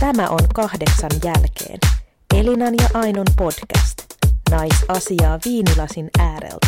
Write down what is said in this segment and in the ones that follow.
Tämä on 8 jälkeen. Elinan ja Ainon podcast. Naisasiaa viinilasin ääreltä.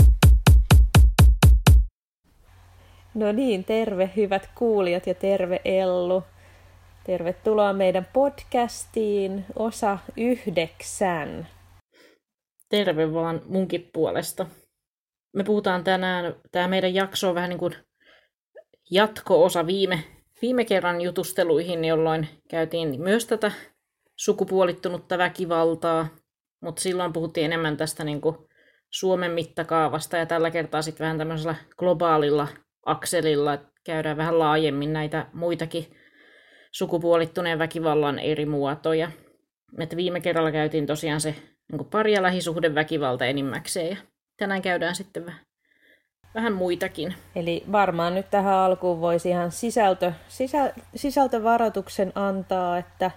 No niin, terve hyvät kuulijat ja terve Ellu. Tervetuloa meidän podcastiin, osa 9. Terve vaan munkin puolesta. Me puhutaan tänään, tämä meidän jakso on vähän niin kuin jatko-osa viime kerran jutusteluihin, jolloin käytiin myös tätä sukupuolittunutta väkivaltaa, mutta silloin puhuttiin enemmän tästä niin kuin Suomen mittakaavasta ja tällä kertaa sitten vähän tämmöisellä globaalilla akselilla, että käydään vähän laajemmin näitä muitakin sukupuolittuneen väkivallan eri muotoja. Että viime kerralla käytiin tosiaan se niin kuin pari- ja lähisuhdeväkivalta enimmäkseen ja tänään käydään sitten vähän muitakin. Eli varmaan nyt tähän alkuun voisi ihan sisältövaroituksen antaa, että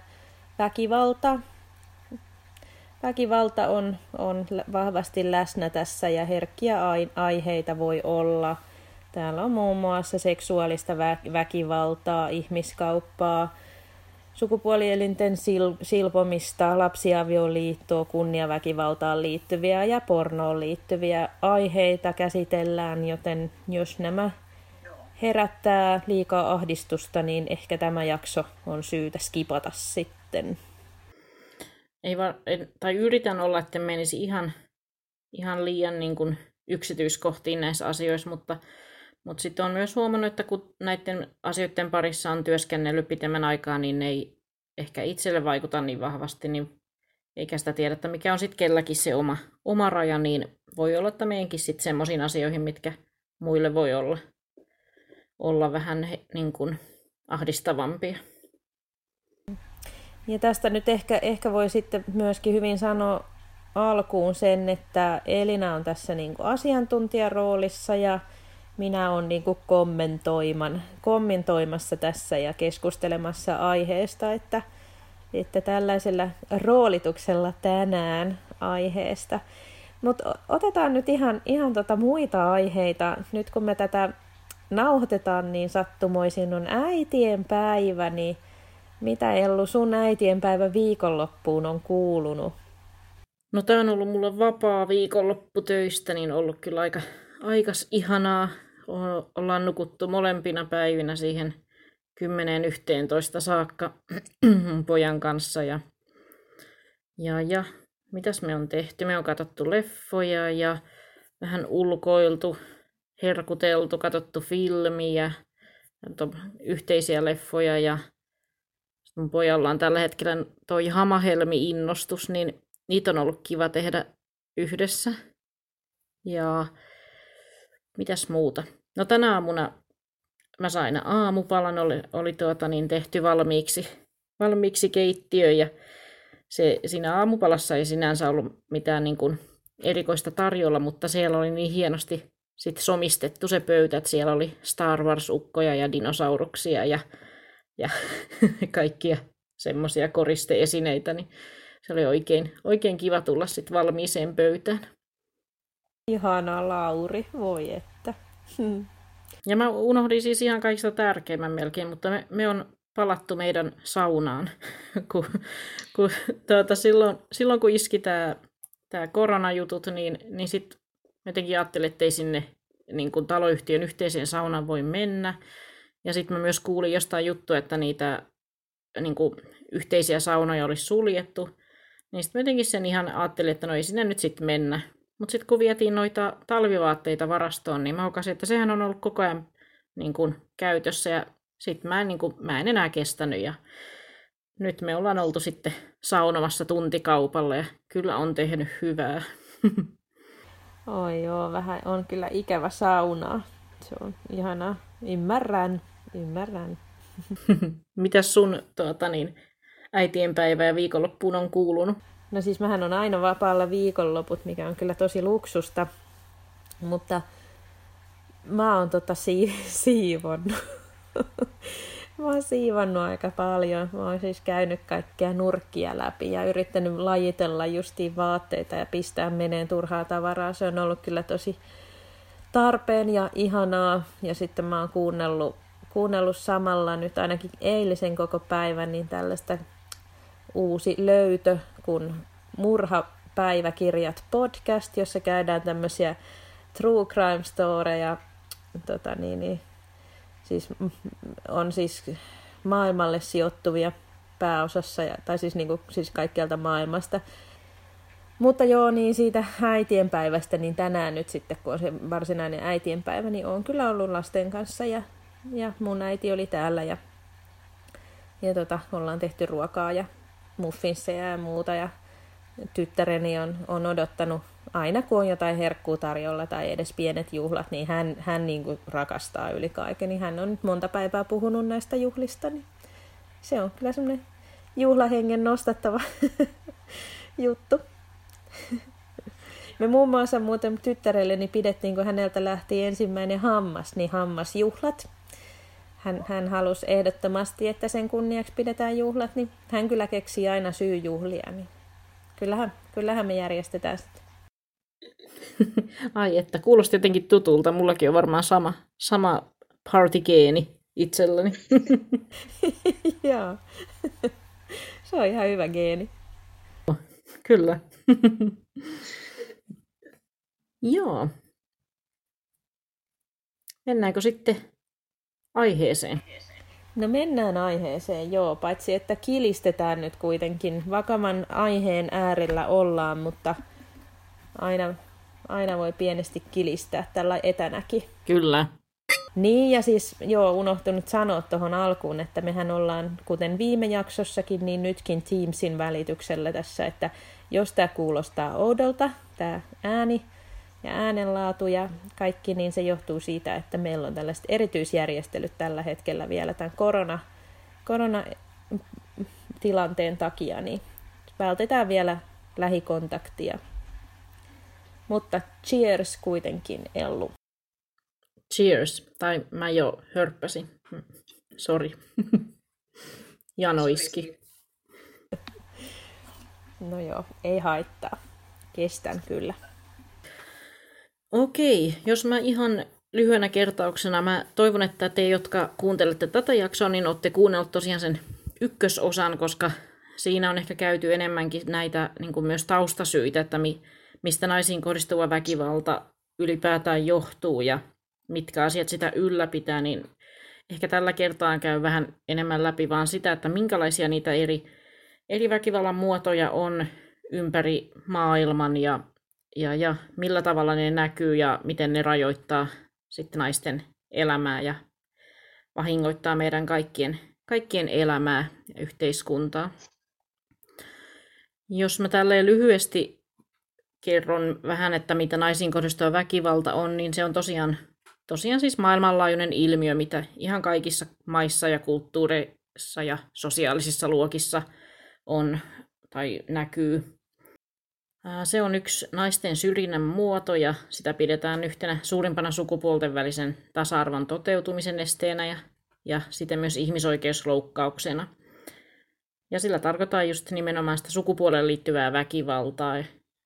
väkivalta on vahvasti läsnä tässä ja herkkiä aiheita voi olla. Täällä on muun muassa seksuaalista väkivaltaa, ihmiskauppaa, sukupuolielinten silpomista, lapsiavioliittoa, kunniaväkivaltaan liittyviä ja pornoon liittyviä aiheita käsitellään, joten jos nämä herättää liikaa ahdistusta, niin ehkä tämä jakso on syytä skipata sitten. Tai yritän olla, että menisi ihan liian niin kuin yksityiskohtiin näissä asioissa, mutta sitten on myös huomannut, että kun näiden asioiden parissa on työskennellyt pitemmän aikaa, niin ne ei ehkä itselle vaikuta niin vahvasti, niin eikä sitä tiedä, että mikä on sitten kelläkin se oma raja, niin voi olla, että meidänkin sitten semmoisiin asioihin, mitkä muille voi olla vähän niin kuin ahdistavampia. Ja tästä nyt ehkä voi sitten myöskin hyvin sanoa alkuun sen, että Elina on tässä niin kuin asiantuntijaroolissa ja minä olen niin kuin kommentoimassa tässä ja keskustelemassa aiheesta, että tällaisella roolituksella tänään aiheesta. Mutta otetaan nyt ihan muita aiheita. Nyt kun me tätä nauhoitetaan, niin sattumoisin on äitienpäivä, niin mitä Ellu sun äitienpäivä viikonloppuun on kuulunut? No tämä on ollut mulla vapaa viikonloppu töistä, niin ollut kyllä aika ihanaa. Ollaan nukuttu molempina päivinä siihen 10-11 saakka pojan kanssa. Ja mitäs me on tehty? Me on katsottu leffoja ja vähän ulkoiltu, herkuteltu, katsottu filmiä, yhteisiä leffoja. Ja mun pojalla on tällä hetkellä toi Hamahelmi-innostus, niin niitä on ollut kiva tehdä yhdessä. Ja mitäs muuta? No tänä aamuna mä sain aamupalan, oli tehty valmiiksi keittiö ja siinä aamupalassa ei sinänsä ollut mitään niin kuin erikoista tarjolla, mutta siellä oli niin hienosti sit somistettu se pöytä, että siellä oli Star Wars-ukkoja ja dinosauruksia ja kaikkia semmoisia koristeesineitä, niin se oli oikein kiva tulla sit valmiiseen pöytään. Ihana Lauri, voi että. Ja mä unohdin siis ihan kaikista tärkeimmän melkein, mutta me on palattu meidän saunaan. silloin kun iski tää koronajutut, niin sitten jotenkin ajattelin, että ei sinne niin kun taloyhtiön yhteiseen saunaan voi mennä. Ja sitten mä myös kuulin jostain juttua, että niitä niin kun yhteisiä saunoja olisi suljettu. Niin sitten jotenkin sen ihan ajattelin, että no ei sinne nyt sitten mennä. Mutta sitten kun vietiin noita talvivaatteita varastoon, niin mä huokasin, että sehän on ollut koko ajan niin kun käytössä. Ja sitten mä en enää kestänyt. Ja nyt me ollaan oltu sitten saunomassa tuntikaupalla ja kyllä on tehnyt hyvää. Oi joo, vähän on kyllä ikävä saunaa. Se on ihanaa. Ymmärrän. Mitäs sun äitienpäivä ja viikonloppuun on kuulunut? No siis mähän on aina vapaalla viikonloput, mikä on kyllä tosi luksusta, mutta mä oon siivonnut. Mä oon siivonnut aika paljon. Mä oon siis käynyt kaikkia nurkkia läpi ja yrittänyt lajitella justiin vaatteita ja pistää meneen turhaa tavaraa. Se on ollut kyllä tosi tarpeen ja ihanaa. Ja sitten mä oon kuunnellut samalla nyt ainakin eilisen koko päivän niin tällaista uusi löytö kuin Murhapäiväkirjat podcast, jossa käydään tämmöisiä true crime storeja, on siis maailmalle sijoittuvia pääosassa, tai siis kaikkialta maailmasta. Mutta joo, niin siitä äitienpäivästä, niin tänään nyt sitten, kun on se varsinainen äitienpäivä, niin olen kyllä ollut lasten kanssa ja mun äiti oli täällä ja ollaan tehty ruokaa ja muffinsseja ja muuta ja tyttäreni on odottanut aina kun on jotain herkkuu tarjolla tai edes pienet juhlat, niin hän niin kuin rakastaa yli kaiken, niin hän on nyt monta päivää puhunut näistä juhlista, niin se on kyllä semmoinen juhlahengen nostattava juttu. Me muun muassa muuten tyttärelleni pidettiin, kun häneltä lähti ensimmäinen hammas, niin hammasjuhlat. Hän halusi ehdottomasti, että sen kunniaksi pidetään juhlat, niin hän kyllä keksii aina syyjuhlia. Niin kyllähän me järjestetään sitä. Ai että, kuulosti jotenkin tutulta. Mullakin on varmaan sama partygeeni itselläni. Joo, se on ihan hyvä geeni. Kyllä. Joo. Mennäänkö sitten aiheeseen? No mennään aiheeseen, joo. Paitsi että kilistetään nyt kuitenkin. Vakavan aiheen äärellä ollaan, mutta aina voi pienesti kilistää tällä etänäkin. Kyllä. Niin ja siis unohtunut sanoa tuohon alkuun, että mehän ollaan, kuten viime jaksossakin, niin nytkin Teamsin välityksellä tässä, että jos tämä kuulostaa oudolta, tämä ääni ja äänenlaatu ja kaikki, niin se johtuu siitä, että meillä on tällaiset erityisjärjestelyt tällä hetkellä vielä tämän koronatilanteen takia, niin vältetään vielä lähikontaktia. Mutta cheers kuitenkin, Ellu. Cheers. Tai mä jo hörppäsin. Sori. Jano iski. No joo, ei haittaa. Kestän kyllä. Okei, jos mä ihan lyhyenä kertauksena, mä toivon, että te, jotka kuuntelette tätä jaksoa, niin olette kuunnellut tosiaan sen ykkösosan, koska siinä on ehkä käyty enemmänkin näitä niin kuin myös taustasyitä, että mistä naisiin kohdistuva väkivalta ylipäätään johtuu ja mitkä asiat sitä ylläpitää, niin ehkä tällä kertaa käy vähän enemmän läpi vaan sitä, että minkälaisia niitä eri väkivallan muotoja on ympäri maailman ja millä tavalla ne näkyy ja miten ne rajoittaa sitten naisten elämää ja vahingoittaa meidän kaikkien elämää ja yhteiskuntaa. Jos mä tälleen lyhyesti kerron vähän, että mitä naisiin kohdistuva väkivalta on, niin se on tosiaan siis maailmanlaajuinen ilmiö, mitä ihan kaikissa maissa ja kulttuureissa ja sosiaalisissa luokissa on tai näkyy. Se on yksi naisten syrjinnän muoto ja sitä pidetään yhtenä suurimpana sukupuolten välisen tasa-arvon toteutumisen esteenä ja siten myös ihmisoikeusloukkauksena. Ja sillä tarkoittaa just nimenomaan sitä sukupuoleen liittyvää väkivaltaa.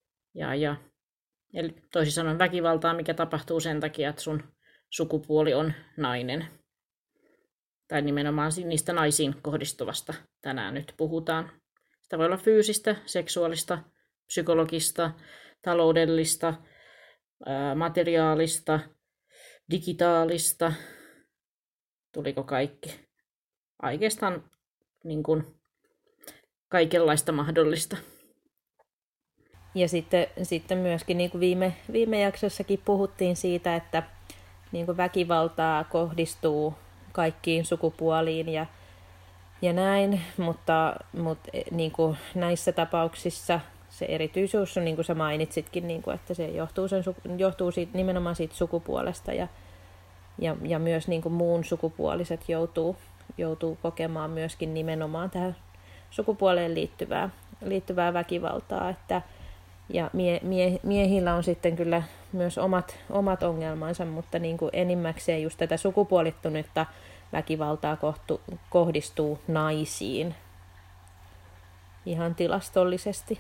Eli toisin sanoen väkivaltaa, mikä tapahtuu sen takia, että sun sukupuoli on nainen. Tai nimenomaan niistä naisiin kohdistuvasta tänään nyt puhutaan. Sitä voi olla fyysistä, seksuaalista, psykologista, taloudellista, materiaalista, digitaalista. Tuliko kaikki? Oikeastaan niin kuin kaikenlaista mahdollista. Ja sitten myöskin niin kuin viime jaksossakin puhuttiin siitä, että niin kuin väkivaltaa kohdistuu kaikkiin sukupuoliin ja näin, mutta niin kuin näissä tapauksissa se erityisyys on, niin kuin sä mainitsitkin, niin kuin, että se johtuu siitä, nimenomaan siitä sukupuolesta ja myös niin kuin muun sukupuoliset joutuu kokemaan myöskin nimenomaan tähän sukupuoleen liittyvää väkivaltaa, ja miehillä on sitten kyllä myös omat ongelmansa, mutta niin kuin enimmäkseen just tätä sukupuolittunutta väkivaltaa kohdistuu naisiin ihan tilastollisesti.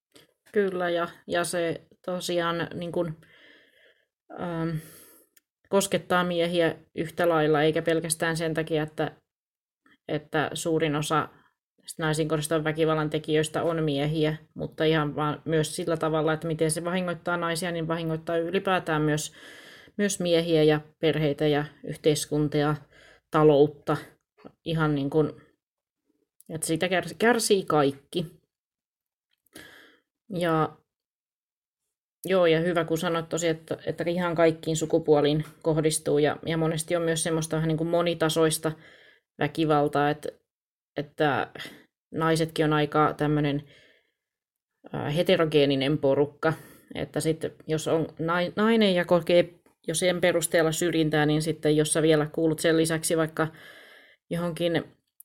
Kyllä, ja se tosiaan niin kuin, koskettaa miehiä yhtä lailla, eikä pelkästään sen takia, että suurin osa naisiin kohdistuvan väkivallan tekijöistä on miehiä, mutta ihan vaan myös sillä tavalla, että miten se vahingoittaa naisia, niin vahingoittaa ylipäätään myös miehiä ja perheitä ja yhteiskuntaa, taloutta. Ihan niin kuin, että siitä kärsii kaikki. Ja joo, ja hyvä kun sanoit tosi, että ihan kaikkiin sukupuoliin kohdistuu, ja monesti on myös semmoista vähän niin kuin monitasoista väkivaltaa, että naisetkin on aika tämmöinen heterogeeninen porukka, että sitten jos on nainen ja kokee jo sen perusteella syrjintää, niin sitten jos sä vielä kuulut sen lisäksi vaikka johonkin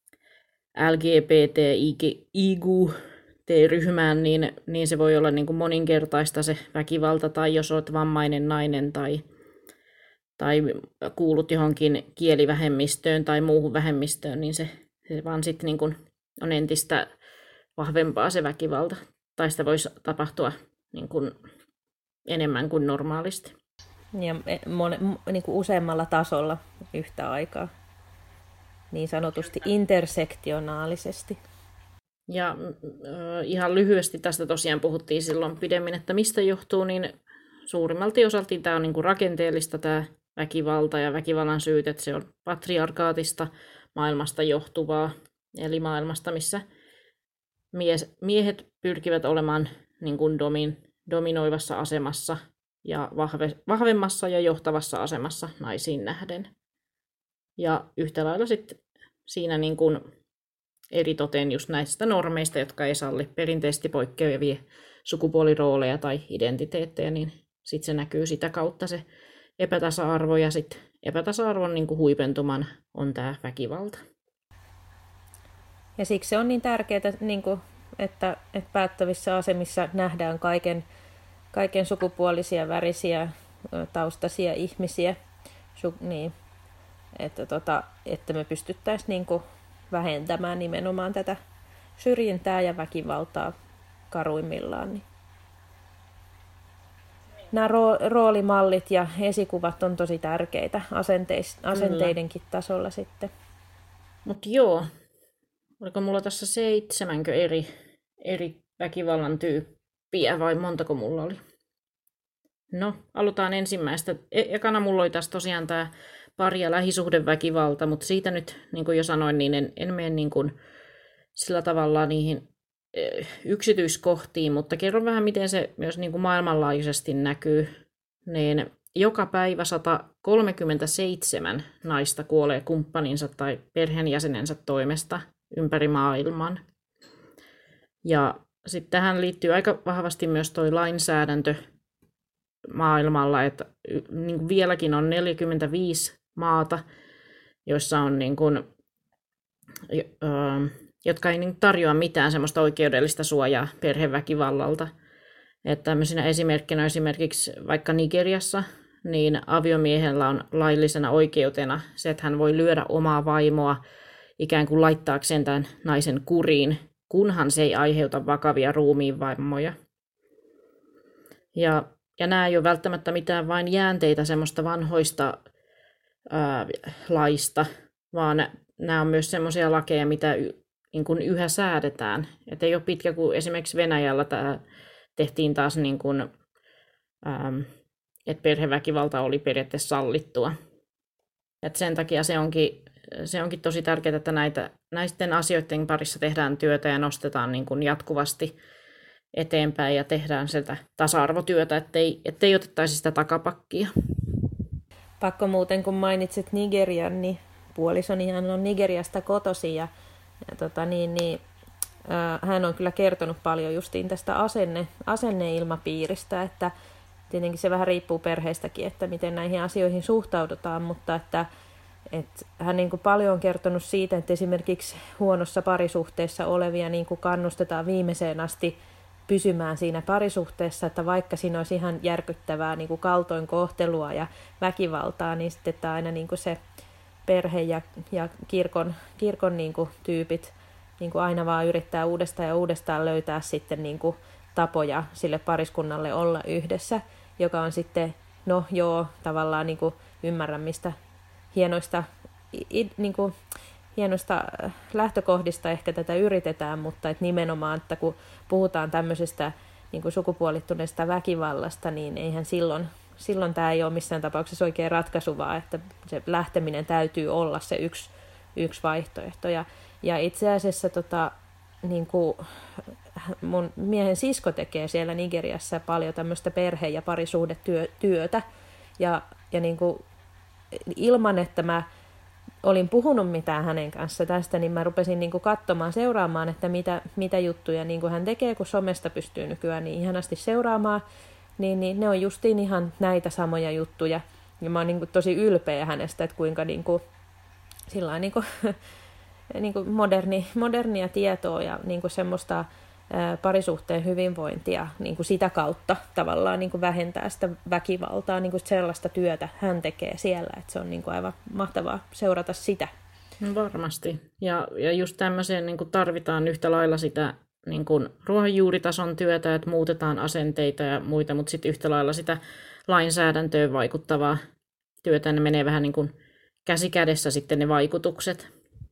LGBTIQ-ryhmään, niin se voi olla niin kuin moninkertaista se väkivalta, tai jos olet vammainen nainen tai kuulut johonkin kielivähemmistöön tai muuhun vähemmistöön, niin se vaan sitten niin kuin on entistä vahvempaa se väkivalta. Tai sitä voisi tapahtua niin kuin enemmän kuin normaalisti. Ja niin kuin useammalla tasolla yhtä aikaa. Niin sanotusti intersektionaalisesti. Ja ihan lyhyesti tästä tosiaan puhuttiin silloin pidemmin, että mistä johtuu, niin suurimmalti osalti tämä on niin kuin rakenteellista tämä väkivalta ja väkivallan syyt, että se on patriarkaatista maailmasta johtuvaa, eli maailmasta, missä miehet pyrkivät olemaan niin kuin dominoivassa asemassa ja vahvemmassa ja johtavassa asemassa naisiin nähden. Ja yhtä lailla sitten siinä niin kuin eritoten just näistä normeista, jotka ei salli perinteisesti poikkeavia sukupuolirooleja tai identiteettejä, niin sitten se näkyy sitä kautta se epätasa-arvo, ja sitten epätasa-arvon niin kuin huipentuman on tämä väkivalta. Ja siksi se on niin tärkeää, niin kuin, että päättävissä asemissa nähdään kaiken sukupuolisia, värisiä, taustaisia ihmisiä, niin, että me pystyttäisiin niin kuin vähentämään nimenomaan tätä syrjintää ja väkivaltaa karuimmillaan. Niin. Nämä roolimallit ja esikuvat on tosi tärkeitä asenteidenkin tasolla sitten. Mutta joo, oliko mulla tässä 7 eri väkivallan tyyppiä vai montako mulla oli? No, aloitetaan ensimmäistä. Ekana mulla oli tässä tosiaan tämä pari- ja lähisuhdeväkivalta, mutta siitä nyt, niin kuin jo sanoin, niin en mene niin kuin sillä tavalla niihin yksityiskohtiin, mutta kerron vähän, miten se myös niin kuin maailmanlaajuisesti näkyy. Niin joka päivä 137 naista kuolee kumppaninsa tai perheenjäsenensä toimesta ympäri maailman. Ja sitten tähän liittyy aika vahvasti myös tuo lainsäädäntö maailmalla, että niin kuin vieläkin on 45 maata, joissa on niin kuin, jotka ei niin tarjoa mitään semmoista oikeudellista suojaa perheväkivallalta. Että tämmöisenä esimerkkinä esimerkiksi vaikka Nigeriassa, niin aviomiehellä on laillisena oikeutena se, että hän voi lyödä omaa vaimoa ikään kuin laittaakseen tämän naisen kuriin, kunhan se ei aiheuta vakavia ruumiinvammoja. Ja nämä ei ole välttämättä mitään vain jäänteitä semmoista vanhoista laista, vaan nämä on myös semmoisia lakeja, mitä niin kuin yhä säädetään. Et ei ole pitkä, kun esimerkiksi Venäjällä tehtiin taas, niin kuin, että perheväkivalta oli periaatteessa sallittua. Et sen takia se onkin tosi tärkeää, että näiden asioiden parissa tehdään työtä ja nostetaan niin kuin jatkuvasti eteenpäin ja tehdään sieltä tasa-arvotyötä, ettei otettaisi sitä takapakkia. Pakko muuten, kun mainitsit Nigerian, niin puolisonihan on Nigeriasta kotoisin ja hän on kyllä kertonut paljon justiin tästä asenneilmapiiristä, että tietenkin se vähän riippuu perheestäkin, että miten näihin asioihin suhtaudutaan, mutta että hän niin kuin paljon on kertonut siitä, että esimerkiksi huonossa parisuhteessa olevia niin kuin kannustetaan viimeiseen asti pysymään siinä parisuhteessa, että vaikka siinä olisi ihan järkyttävää niin kuin kaltoinkohtelua ja väkivaltaa, niin sitten että aina niin kuin se perhe ja kirkon niin kuin tyypit niin kuin aina vaan yrittää uudestaan ja uudestaan löytää sitten niin kuin tapoja sille pariskunnalle olla yhdessä, joka on sitten, no joo, tavallaan niin kuin ymmärrä, mistä hienoista, niin kuin, hienoista lähtökohdista ehkä tätä yritetään, mutta että nimenomaan, että kun puhutaan tämmöisestä niin kuin sukupuolittuneesta väkivallasta, niin eihän silloin tämä ei ole missään tapauksessa oikein ratkaisu, vaan että se lähteminen täytyy olla se yksi vaihtoehto. Ja itse asiassa niin kuin mun miehen sisko tekee siellä Nigeriassa paljon tämmöistä perhe- ja parisuhdetyötä. Ja niin kuin, ilman, että mä olin puhunut mitään hänen kanssa tästä, niin mä rupesin niin kuin katsomaan, seuraamaan, että mitä juttuja niin kuin hän tekee, kun somesta pystyy nykyään niin ihanasti seuraamaan. Niin ne on justiin ihan näitä samoja juttuja. Ja mä oon niin kuin tosi ylpeä hänestä, että kuinka niin kuin, sillain, niin kuin, niin kuin modernia tietoa ja niin kuin semmoista parisuhteen hyvinvointia niin kuin sitä kautta tavallaan niin kuin vähentää sitä väkivaltaa, niin kuin sellaista työtä hän tekee siellä, että se on niin kuin aivan mahtavaa seurata sitä. No varmasti. Ja just tämmöiseen niin kuin tarvitaan yhtä lailla sitä niin kuin ruohonjuuritason työtä, että muutetaan asenteita ja muita, mutta sitten yhtä lailla sitä lainsäädäntöön vaikuttavaa työtä, ne menee vähän niin kuin käsi kädessä sitten ne vaikutukset.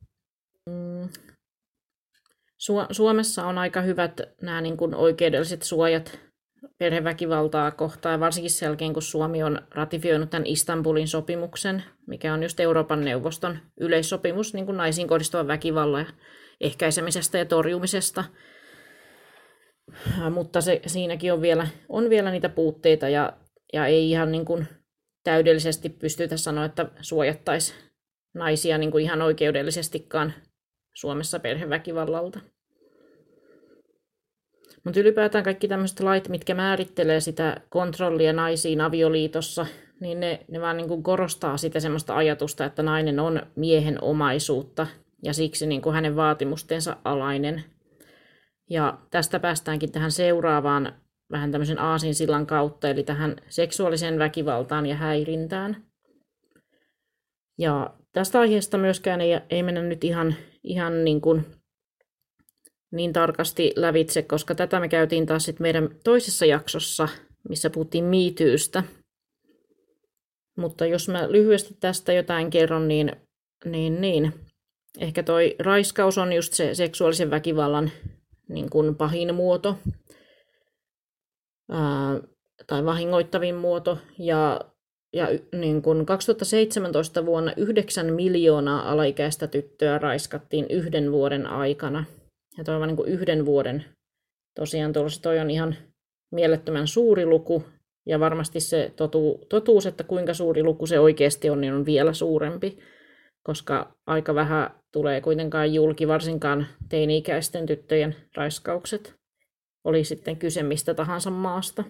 Suomessa on aika hyvät nämä niin kuin oikeudelliset suojat perheväkivaltaa kohtaan, ja varsinkin sen jälkeen, kun Suomi on ratifioinut tämän Istanbulin sopimuksen, mikä on just Euroopan neuvoston yleissopimus niin kuin naisiin kohdistuvan väkivallan ehkäisemisestä ja torjumisesta. Mutta siinäkin on vielä niitä puutteita, ja ei ihan niin kuin täydellisesti pystytä sanoa, että suojattaisiin naisia niin kuin ihan oikeudellisestikaan Suomessa perheväkivallalta. Mutta ylipäätään kaikki tämmöiset lait, mitkä määrittelee sitä kontrollia naisiin avioliitossa, niin ne vaan niin kuin korostaa sitä semmoista ajatusta, että nainen on miehen omaisuutta ja siksi niin kuin hänen vaatimustensa alainen. Ja tästä päästäänkin tähän seuraavaan vähän tämmöisen aasinsillan kautta, eli tähän seksuaaliseen väkivaltaan ja häirintään. Ja tästä aiheesta myöskään ei mennä nyt ihan niin tarkasti lävitse, koska tätä me käytiin taas sit meidän toisessa jaksossa, missä puhuttiin Me Toosta. Mutta jos mä lyhyesti tästä jotain kerron, niin ehkä toi raiskaus on just se seksuaalisen väkivallan niin kuin pahin muoto tai vahingoittavin muoto. Ja niin kuin 2017 vuonna 9 miljoonaa alaikäistä tyttöä raiskattiin 1 vuoden aikana. Ja toi on niin kuin 1 vuoden, tosiaan toi on ihan mielettömän suuri luku, ja varmasti se totuus, että kuinka suuri luku se oikeasti on, niin on vielä suurempi, koska aika vähän tulee kuitenkaan julki, varsinkaan teini-ikäisten tyttöjen raiskaukset, oli sitten kyse mistä tahansa maasta.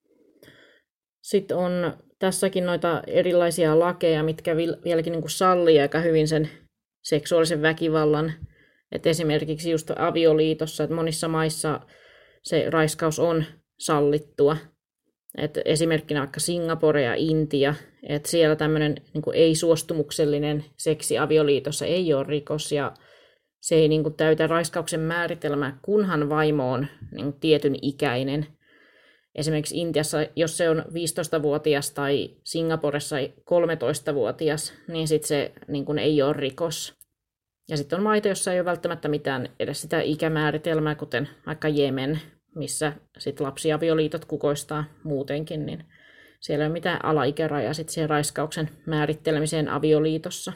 Sitten on tässäkin noita erilaisia lakeja, mitkä vieläkin niin kuin sallii aika hyvin sen seksuaalisen väkivallan. Et esimerkiksi just avioliitossa, että monissa maissa se raiskaus on sallittua. Et esimerkkinä vaikka Singapore ja Intia, että siellä tämmöinen niin kuin ei-suostumuksellinen seksi avioliitossa ei ole rikos ja se ei niin kuin täytä raiskauksen määritelmää, kunhan vaimo on niin kuin tietyn ikäinen. Esimerkiksi Intiassa, jos se on 15-vuotias tai Singaporessa 13-vuotias, niin sitten se niin kuin ei ole rikos. Ja sitten on maita, joissa ei ole välttämättä mitään edes sitä ikämääritelmää, kuten vaikka Jemen, missä sitten lapsiavioliitot kukoistaa muutenkin, niin siellä ei ole mitään alaikärajaa sitten siihen raiskauksen määrittelemiseen avioliitossa.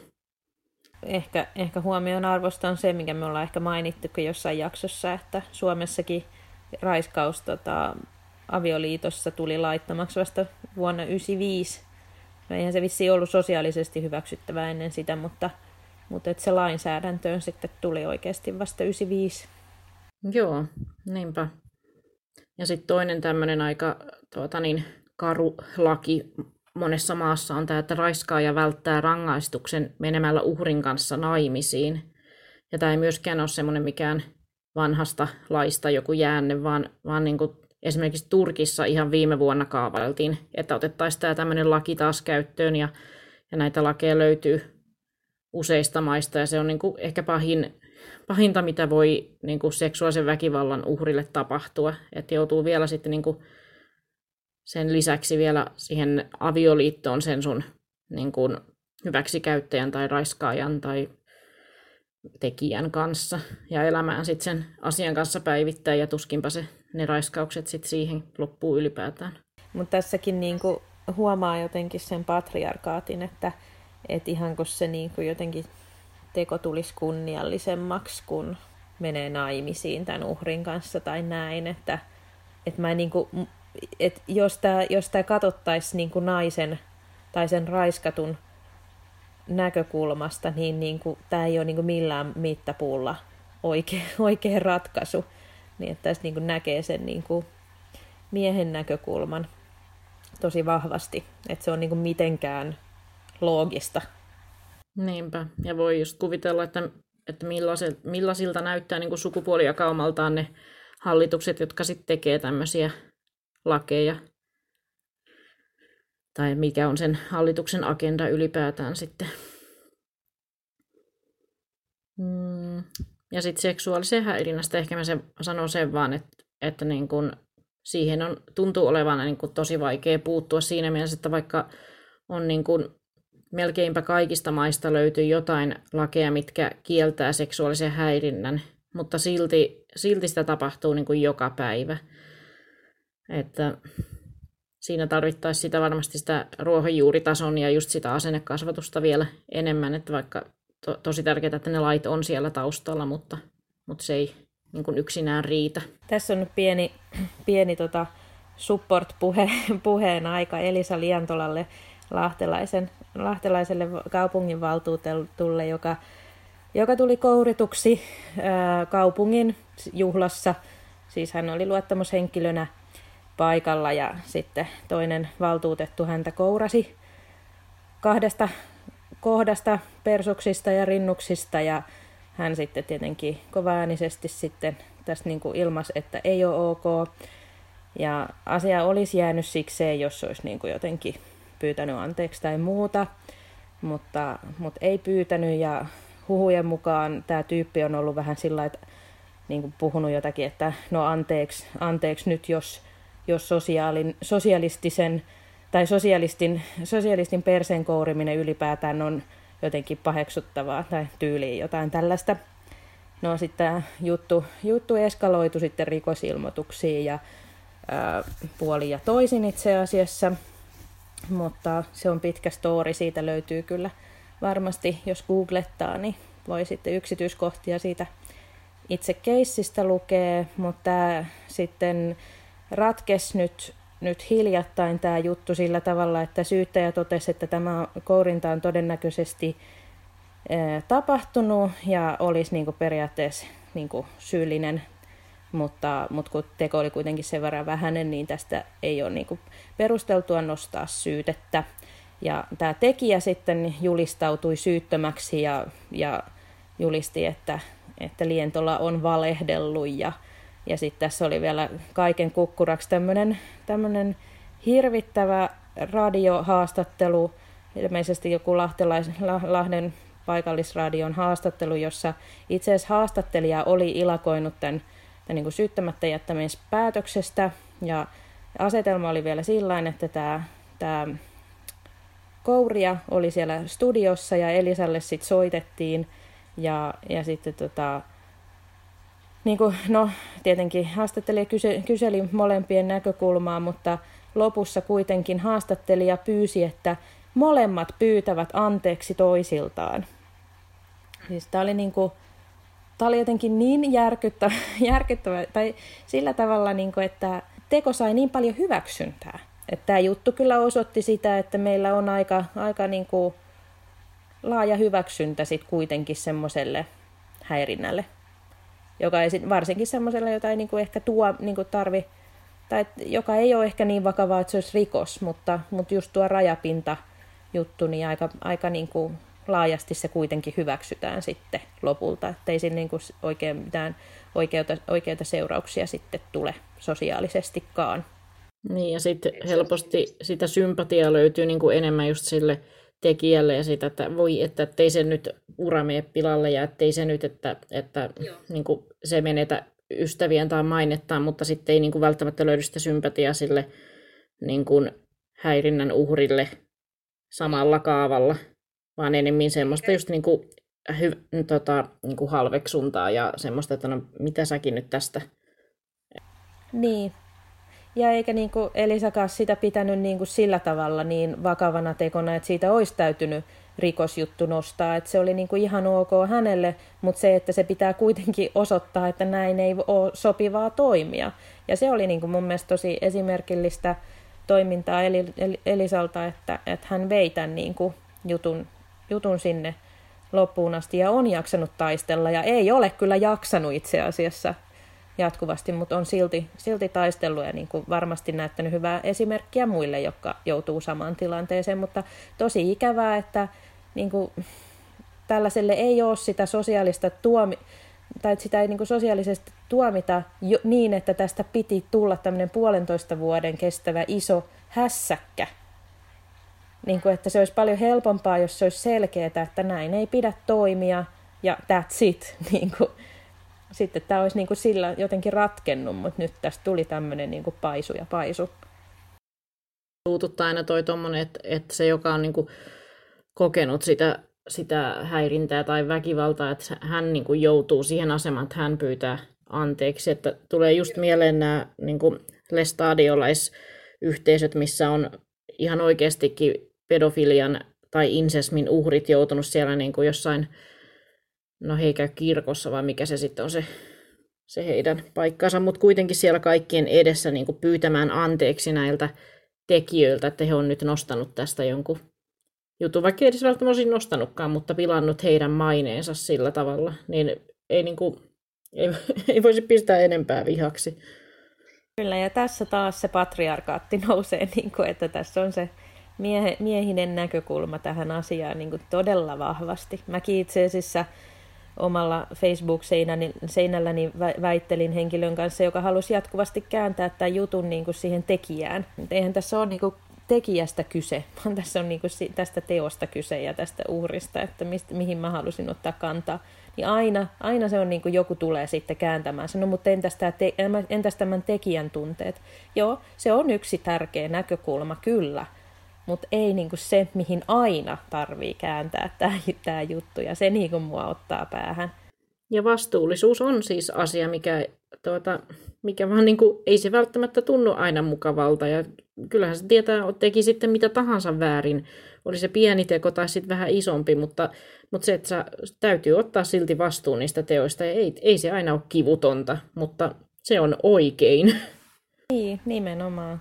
Ehkä huomioon arvosta on se, mikä me ollaan ehkä mainittukin jossain jaksossa, että Suomessakin raiskaus avioliitossa tuli laittamaksi vasta vuonna 1995. No eihän se vissiin ollut sosiaalisesti hyväksyttävää ennen sitä, mutta et se lainsäädäntöön sitten tuli oikeasti vasta 1995. Joo, niinpä. Ja sitten toinen tämmöinen aika karu laki monessa maassa on tämä, että raiskaaja välttää rangaistuksen menemällä uhrin kanssa naimisiin. Ja tämä ei myöskään ole semmoinen mikään vanhasta laista joku jäänne, vaan niin kuin esimerkiksi Turkissa ihan viime vuonna kaavailtiin, että otettaisiin tämä tämmöinen laki taas käyttöön, ja näitä lakeja löytyy useista maista, ja se on niin kuin ehkä pahinta, mitä voi niin kuin seksuaalisen väkivallan uhrille tapahtua, että joutuu vielä sitten niin kuin sen lisäksi vielä siihen avioliittoon sen sun niin kuin hyväksikäyttäjän tai raiskaajan tai tekijän kanssa ja elämään sitten sen asian kanssa päivittäin ja tuskinpa ne raiskaukset sitten siihen loppuu ylipäätään. Mutta tässäkin niinku huomaa jotenkin sen patriarkaatin, että ihan kun se niinku jotenkin teko tulisi kunniallisemmaksi, kun menee naimisiin tämän uhrin kanssa tai näin, että mä niinku, jos tää katsottaisiin niinku naisen tai sen raiskatun näkökulmasta, niin tämä ei ole niinku millään mittapuulla oikea ratkaisu. Niin että tässä niinku näkee sen niinku miehen näkökulman tosi vahvasti, että se on niinku mitenkään loogista. Niinpä, ja voi just kuvitella, että millaisilta näyttää niinku sukupuolijakaumaltaan ne hallitukset, jotka sitten tekee tämmöisiä lakeja. Tai mikä on sen hallituksen agenda ylipäätään sitten. Ja sitten seksuaaliseen häirinnästä ehkä mä sanon sen vaan, että niin kun siihen tuntuu olevan niin kun tosi vaikea puuttua siinä mielessä, että vaikka on niin kun melkeinpä kaikista maista löytyy jotain lakeja, mitkä kieltää seksuaalisen häirinnän, mutta silti sitä tapahtuu niin kun joka päivä. Että siinä tarvittaisiin sitä varmasti sitä ruohonjuuritason ja just sitä asennekasvatusta vielä enemmän, että vaikka tosi tärkeää, että ne lait on siellä taustalla, mutta se ei niin kuin yksinään riitä. Tässä on nyt pieni support-puheen aika Elisa Liantolalle, lahtelaiselle kaupunginvaltuutetulle, joka tuli kourituksi kaupungin juhlassa. Siis hän oli luottamushenkilönä paikalla ja sitten toinen valtuutettu häntä kourasi 2 kohdasta, persuksista ja rinnuksista, ja hän sitten tietenkin kovaäänisesti sitten tästä niin kuin ilmaisi, että ei ole ok. Ja asia olisi jäänyt sikseen, jos olisi niin kuin jotenkin pyytänyt anteeksi tai muuta, mutta ei pyytänyt, ja huhujen mukaan tämä tyyppi on ollut vähän sillä, että niin kuin puhunut jotakin, että no anteeksi nyt, jos sosialistisen tai sosialistin perseen kouriminen ylipäätään on jotenkin paheksuttavaa tai tyyliin jotain tällaista. No sitten juttu eskaloitu sitten rikosilmoituksiin ja puolin ja toisin itse asiassa, mutta se on pitkä story, siitä löytyy kyllä varmasti, jos googlettaa, niin voi sitten yksityiskohtia siitä itse keissistä lukea, mutta tämä sitten ratkesi nyt hiljattain tämä juttu sillä tavalla, että syyttäjä totesi, että tämä kourinta on todennäköisesti tapahtunut ja olisi niin kuin periaatteessa niin kuin syyllinen, mutta kun teko oli kuitenkin sen verran vähäinen, niin tästä ei ole niin kuin perusteltua nostaa syytettä. Ja tämä tekijä sitten julistautui syyttömäksi ja julisti, että Lientola on valehdellut, ja sitten tässä oli vielä kaiken kukkuraksi tämmöinen hirvittävä radiohaastattelu, ilmeisesti joku Lahden paikallisradion haastattelu, jossa itse asiassa haastattelija oli ilakoinut tämän niin kuin syyttämättä jättämispäätöksestä, ja asetelma oli vielä sillain, että tämä kouria oli siellä studiossa ja Elisalle sitten soitettiin, ja sitten niin kuin, no, tietenkin haastattelija kyseli molempien näkökulmaa, mutta lopussa kuitenkin haastattelija pyysi, että molemmat pyytävät anteeksi toisiltaan. Siis tämä oli jotenkin niin järkyttävä tai sillä tavalla, niin kuin, että teko sai niin paljon hyväksyntää. Että tämä juttu kyllä osoitti sitä, että meillä on aika niin kuin laaja hyväksyntä sit kuitenkin semmoiselle häirinnälle, joka ei varsinkin semmoiselle, jota ei niinku ehkä niinku tarvi, tai joka ei ole ehkä niin vakavaa, että se olisi rikos, mutta just tuo rajapinta juttu, niin aika niinku laajasti se kuitenkin hyväksytään sitten lopulta, ettei siinä niinku oikein mitään oikeita seurauksia sitten tule sosiaalisestikaan. Niin, ja sitten helposti sitä sympatiaa löytyy niinku enemmän just sille tekijälle ja sitä, että voi, että ettei se nyt ura mene pilalle ja ettei se nyt, että niin kuin se menetä ystävien tai mainettaan, mutta sitten ei niin kuin välttämättä löydy sitä sympatiaa sille niin kuin häirinnän uhrille samalla kaavalla, vaan enemmän semmoista just niinku, niinku halveksuntaa ja semmoista, että no mitä säkin nyt tästä. Niin. Ja eikä niinku Elisakaan sitä pitänyt niinku sillä tavalla niin vakavana tekona, että siitä olisi täytynyt rikosjuttu nostaa. Että se oli niinku ihan ok hänelle, mutta se, että se pitää kuitenkin osoittaa, että näin ei ole sopivaa toimia. Ja se oli niinku mun mielestä tosi esimerkillistä toimintaa Elisalta, että hän vei tämän niinku jutun sinne loppuun asti ja on jaksanut taistella ja ei ole kyllä jaksanut itse asiassa jatkuvasti, mutta on silti taistellut ja niin kuin varmasti näyttänyt hyvää esimerkkiä muille, jotka joutuu samaan tilanteeseen, mutta tosi ikävää, että niin kuin, tällaiselle ei ole sitä sosiaalista tai että sitä ei niin kuin sosiaalisesti tuomita niin, että tästä piti tulla tämmöinen 1,5 vuoden kestävä iso hässäkkä. Niin kuin, että se olisi paljon helpompaa, jos se olisi selkeää, että näin ei pidä toimia ja that's it. Niin kuin, sitten tämä olisi niin kuin sillä jotenkin ratkennut, mutta nyt tästä tuli tämmöinen niin kuin paisu. Suututtaa aina toi tommonen, että se, joka on niin kuin kokenut sitä häirintää tai väkivaltaa, että hän niin kuin joutuu siihen asemaan, että hän pyytää anteeksi. Että tulee just mieleen nämä niin kuin lestadiolaisyhteisöt, missä on ihan oikeastikin pedofilian tai insesmin uhrit joutunut siellä niin kuin jossain, no he ei käy kirkossa, vai mikä se sitten on se heidän paikkansa, mutta kuitenkin siellä kaikkien edessä niin kuin pyytämään anteeksi näiltä tekijöiltä, että he on nyt nostanut tästä jonkun jutun, vaikka ei edes välttämättä olisi nostanutkaan, mutta pilannut heidän maineensa sillä tavalla, niin ei, niin kuin, ei voisi pistää enempää vihaksi. Kyllä, ja tässä taas se patriarkaatti nousee, niin kuin, että tässä on se miehinen näkökulma tähän asiaan niin kuin todella vahvasti. Mäkin itse asiassa omalla Facebook-seinälläni väittelin henkilön kanssa, joka halusi jatkuvasti kääntää tämän jutun niin kuin siihen tekijään. Eihän tässä ole niin kuin tekijästä kyse, vaan tässä on niin kuin tästä teosta kyse ja tästä uhrista, että mihin mä halusin ottaa kantaa. Niin aina se on niin kuin joku tulee sitten kääntämään. Sano, mutta entäs tämän tekijän tunteet? Joo, se on yksi tärkeä näkökulma, kyllä. Mutta ei niinku se, mihin aina tarvii kääntää tämä juttu, ja se niinku mua ottaa päähän. Ja vastuullisuus on siis asia, mikä vaan niinku, ei se välttämättä tunnu aina mukavalta. Ja kyllähän se tietää, teki sitten mitä tahansa väärin. Oli se pieni teko tai sitten vähän isompi, mutta se, että täytyy ottaa silti vastuu niistä teoista. Ja ei se aina ole kivutonta, mutta se on oikein. Niin, nimenomaan.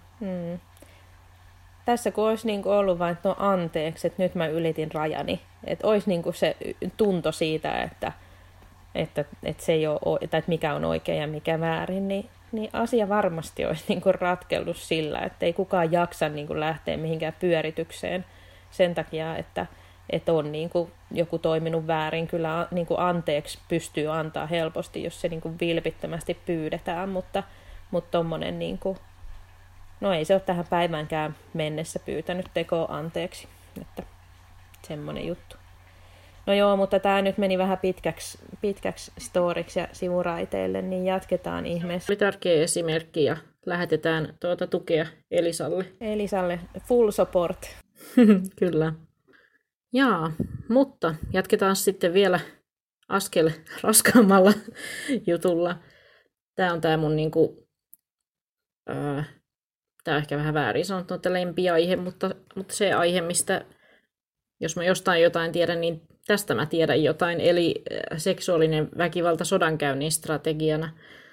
Tässä kun olisi niin ollut vain, että no anteeksi, että nyt mä ylitin rajani. Että olisi niin se tunto siitä, että se ei ole, tai että mikä on oikein ja mikä väärin, niin asia varmasti olisi niin ratkellut sillä, että ei kukaan jaksa niin lähteä mihinkään pyöritykseen sen takia, että on niin joku toiminut väärin. Kyllä niin anteeksi pystyy antaa helposti, jos se niin vilpittömästi pyydetään, mutta tommonen niin kuin, no ei se ole tähän päiväänkään mennessä pyytänyt tekoa anteeksi, että semmoinen juttu. No joo, mutta tämä nyt meni vähän pitkäksi storiksi ja sivuraiteille, niin jatketaan ihmeessä. Oli tärkeä esimerkki ja lähetetään tukea Elisalle. Elisalle full support. Kyllä. Jaa, mutta jatketaan sitten vielä askel raskaammalla jutulla. Tämä on tämä mun niinku... Tämä on ehkä vähän väärin sanottu, että lempiaihe, mutta se aihe, mistä jos mä jostain jotain tiedän, niin tästä mä tiedän jotain, eli seksuaalinen väkivalta sodankäynnin strategiana.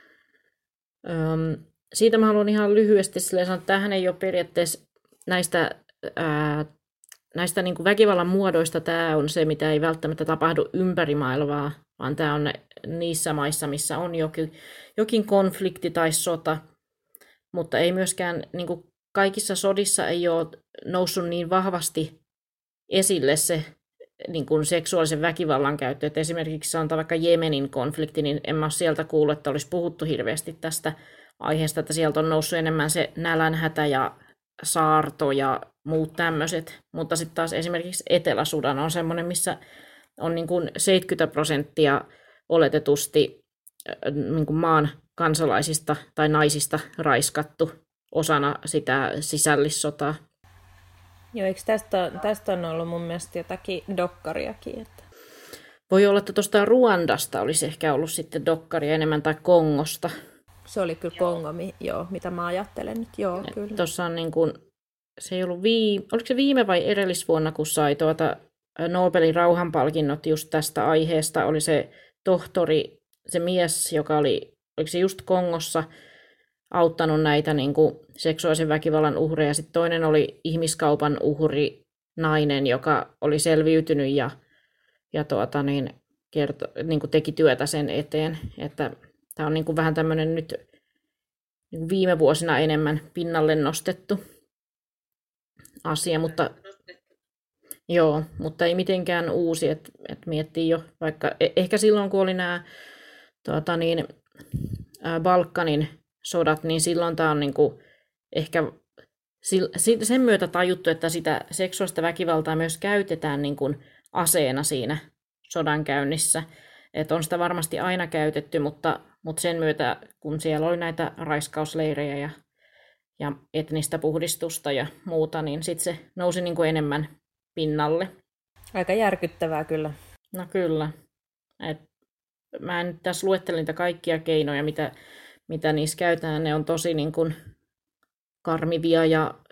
Siitä mä haluan ihan lyhyesti sanoa, että tämähän ei ole periaatteessa näistä niin kuin väkivallan muodoista, tämä on se, mitä ei välttämättä tapahdu ympäri maailmaa, vaan tämä on niissä maissa, missä on jokin konflikti tai sota, mutta ei myöskään niin kuin kaikissa sodissa ei ole noussut niin vahvasti esille se niin kuin seksuaalisen väkivallan käyttö. Et esimerkiksi sanotaan vaikka Jemenin konflikti, niin en mä ole sieltä kuullut, että olisi puhuttu hirveästi tästä aiheesta, että sieltä on noussut enemmän se nälänhätä ja saarto ja muut tämmöiset. Mutta sitten taas esimerkiksi Etelä-Sudan on semmoinen, missä on niin kuin 70% oletetusti niin kuin maan kansalaisista tai naisista raiskattu osana sitä sisällissotaa. Joo, eikö tästä on ollut mun mielestä jotakin dokkariakin? Että... Voi olla, että tuosta Ruandasta olisi ehkä ollut sitten dokkaria enemmän tai Kongosta. Se oli kyllä Kongo, joo, mitä mä ajattelen nyt, joo, kyllä. Tuossa on niin kuin, se ei ollut oliko se viime vai edellisvuonna, kun sai Nobelin rauhanpalkinnot just tästä aiheesta, oli se tohtori, se mies, joka oli, oliko se just Kongossa, auttanut näitä niin kuin seksuaalisen väkivallan uhreja. Sitten toinen oli ihmiskaupan uhri, nainen, joka oli selviytynyt ja niin kuin teki työtä sen eteen. Että tämä on niin kuin vähän tämmöinen nyt niin kuin viime vuosina enemmän pinnalle nostettu asia, mutta ei mitenkään uusi, että miettii jo vaikka, ehkä silloin kun oli nämä Balkanin sodat, niin silloin tämä on niin kuin ehkä sen myötä tajuttu, että sitä seksuaalista väkivaltaa myös käytetään niin kuin aseena siinä sodankäynnissä. Että on sitä varmasti aina käytetty, mutta sen myötä, kun siellä oli näitä raiskausleirejä ja etnistä puhdistusta ja muuta, niin sitten se nousi niin kuin enemmän pinnalle. Aika järkyttävää kyllä. No kyllä. Mä en nyt tässä luettele niitä kaikkia keinoja, mitä niissä käytetään. Ne on tosi niin kuin karmivia,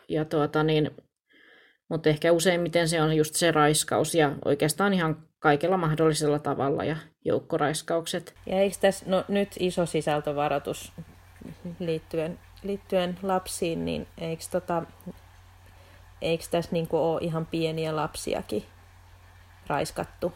mutta ehkä useimmiten se on just se raiskaus ja oikeastaan ihan kaikella mahdollisella tavalla ja joukkoraiskaukset. Ja eikö tässä, nyt iso sisältövaroitus liittyen lapsiin, niin eikö tässä niin kuin ole ihan pieniä lapsiakin raiskattu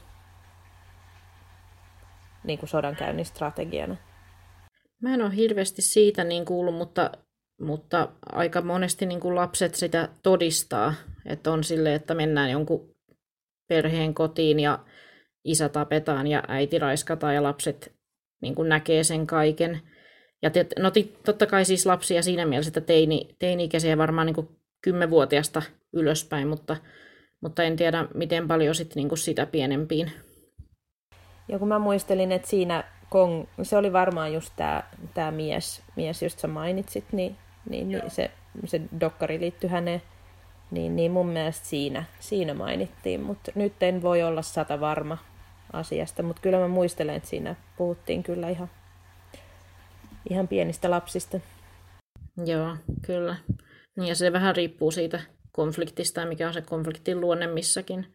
niin kuin sodankäynnin strategiana? Mä en ole hirveästi siitä niin kuullut, mutta aika monesti niin kuin lapset sitä todistaa, että on silleen, että mennään jonkun perheen kotiin ja isä tapetaan ja äiti raiskataan ja lapset niin kuin näkee sen kaiken. Ja totta kai siis lapsia siinä mielessä, että teini-ikäisiä varmaan niin kuin 10-vuotiaasta ylöspäin, mutta en tiedä miten paljon sit niin kuin sitä pienempiin. Ja kun mä muistelin, että siinä se oli varmaan just tämä mies, just sä mainitsit, niin se dokkari liittyi häneen, niin mun mielestä siinä mainittiin, mutta nyt en voi olla 100% varma asiasta, mutta kyllä mä muistelen, että siinä puhuttiin kyllä ihan pienistä lapsista. Joo, kyllä. Ja se vähän riippuu siitä konfliktista ja mikä on se konfliktin luonne missäkin.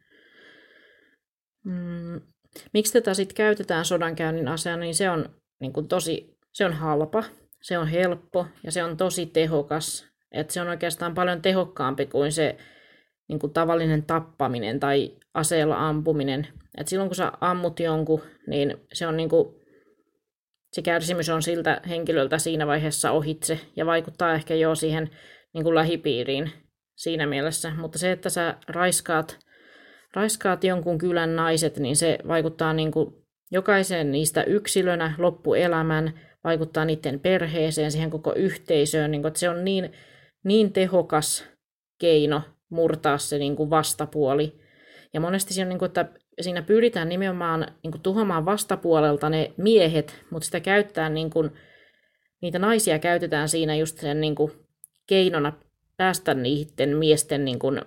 Miksi tätä sitten käytetään sodankäynnin aseena, niin se on niin kuin se on halpa, se on helppo ja se on tosi tehokas. Et se on oikeastaan paljon tehokkaampi kuin se niin kuin tavallinen tappaminen tai aseella ampuminen. Et silloin kun sä ammut jonkun, niin se on niin kuin, se kärsimys on siltä henkilöltä siinä vaiheessa ohitse ja vaikuttaa ehkä jo siihen niin kuin lähipiiriin siinä mielessä. Mutta se, että sä raiskaat jonkun kylän naiset, niin se vaikuttaa niin kuin jokaisen niistä yksilönä loppuelämän, vaikuttaa niiden perheeseen, siihen koko yhteisöön. Niin kuin, että se on niin tehokas keino murtaa se niin kuin vastapuoli. Ja monesti siinä, niin kuin, että siinä pyritään nimenomaan niin kuin tuhoamaan vastapuolelta ne miehet, mutta sitä käyttää, niin kuin, niitä naisia käytetään siinä just sen niin kuin keinona päästä niiden miesten niin kuin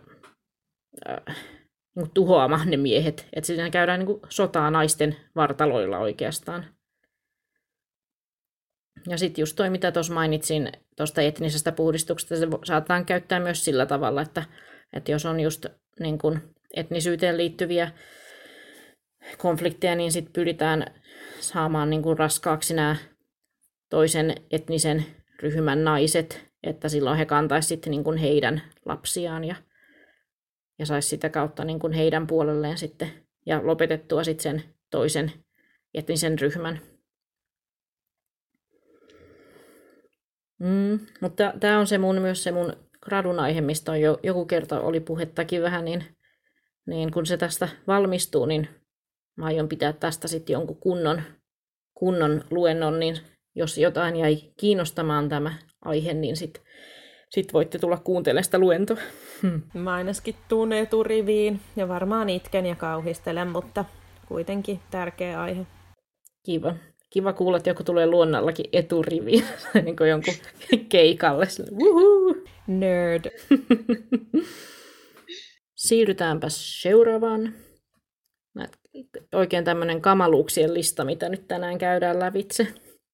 tuhoamaan ne miehet. Että siinä käydään niin kuin sotaa naisten vartaloilla oikeastaan. Ja sitten just toi, mitä tuossa mainitsin tuosta etnisestä puhdistuksesta, se saatetaan käyttää myös sillä tavalla, että jos on just niin kuin etnisyyteen liittyviä konflikteja, niin sitten pyritään saamaan niin kuin raskaaksi nämä toisen etnisen ryhmän naiset, että silloin he kantaisivat niin kuin heidän lapsiaan ja saisi sitä kautta niin kuin heidän puolelleen sitten ja lopetettua sitten sen toisen etnisen ryhmän. Mutta tämä on myös se mun gradun aihe, mistä on joku kerta oli puhettakin vähän, niin kun se tästä valmistuu, niin mä aion pitää tästä sitten jonkun kunnon luennon, niin jos jotain jäi kiinnostamaan tämä aihe, niin sit voitte tulla kuuntelemaan sitä luentoa. Mä ainakin tuun eturiviin ja varmaan itken ja kauhistelen, mutta kuitenkin tärkeä aihe. Kiva kuulla, että joku tulee luonnollakin eturiviin, niin kuin jonkun keikalle. Woohoo! Nerd. siirrytäänpäs seuraavaan. Oikein tämmöinen kamaluuksien lista, mitä nyt tänään käydään lävitse.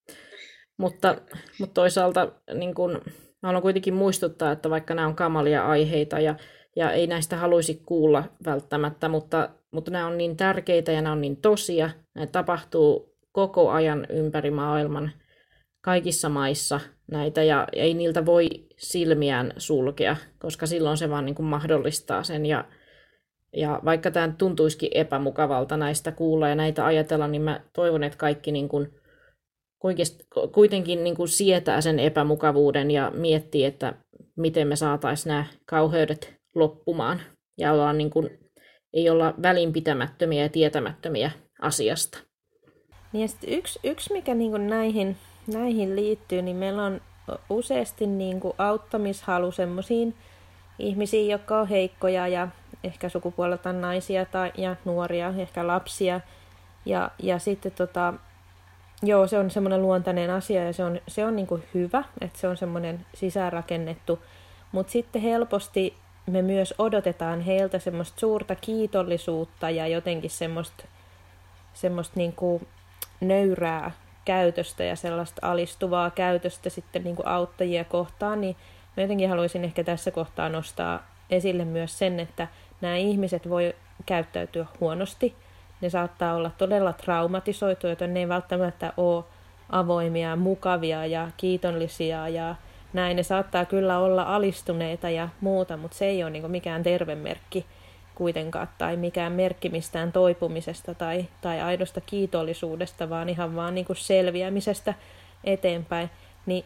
Mutta toisaalta niin kun, haluan kuitenkin muistuttaa, että vaikka nämä on kamalia aiheita ja ei näistä haluaisi kuulla välttämättä, mutta nämä on niin tärkeitä ja nämä on niin tosia. Ne tapahtuu koko ajan ympäri maailman kaikissa maissa näitä ja ei niiltä voi silmiään sulkea, koska silloin se vaan niin kuin mahdollistaa sen. Ja vaikka tämä tuntuisikin epämukavalta näistä kuulla ja näitä ajatella, niin mä toivon, että kaikki niin kuin kuitenkin niin kuin sietää sen epämukavuuden ja miettii, että miten me saataisiin nämä kauheudet loppumaan. Ja ollaan niin kuin, ei olla välinpitämättömiä ja tietämättömiä asiasta. Ja yksi mikä niin kuin näihin liittyy, niin meillä on useasti niin kuin auttamishalu semmoisiin ihmisiin, jotka on heikkoja ja ehkä sukupuoleltaan naisia ja nuoria, ehkä lapsia. Ja sitten joo, se on semmoinen luontainen asia ja se on niin kuin hyvä, että se on semmoinen sisäänrakennettu. Mutta sitten helposti me myös odotetaan heiltä semmoista suurta kiitollisuutta ja jotenkin semmoista niin kuin nöyrää käytöstä ja sellaista alistuvaa käytöstä sitten niin kuin auttajia kohtaan, niin mä jotenkin haluaisin ehkä tässä kohtaa nostaa esille myös sen, että nämä ihmiset voi käyttäytyä huonosti. Ne saattaa olla todella traumatisoituja, joten ne ei välttämättä ole avoimia, mukavia ja kiitollisia ja näin. Ne saattaa kyllä olla alistuneita ja muuta, mutta se ei ole niin mikään terve merkki kuitenkaan tai mikään merkki mistään toipumisesta tai aidosta kiitollisuudesta, vaan ihan vaan niin kuin selviämisestä eteenpäin. Niin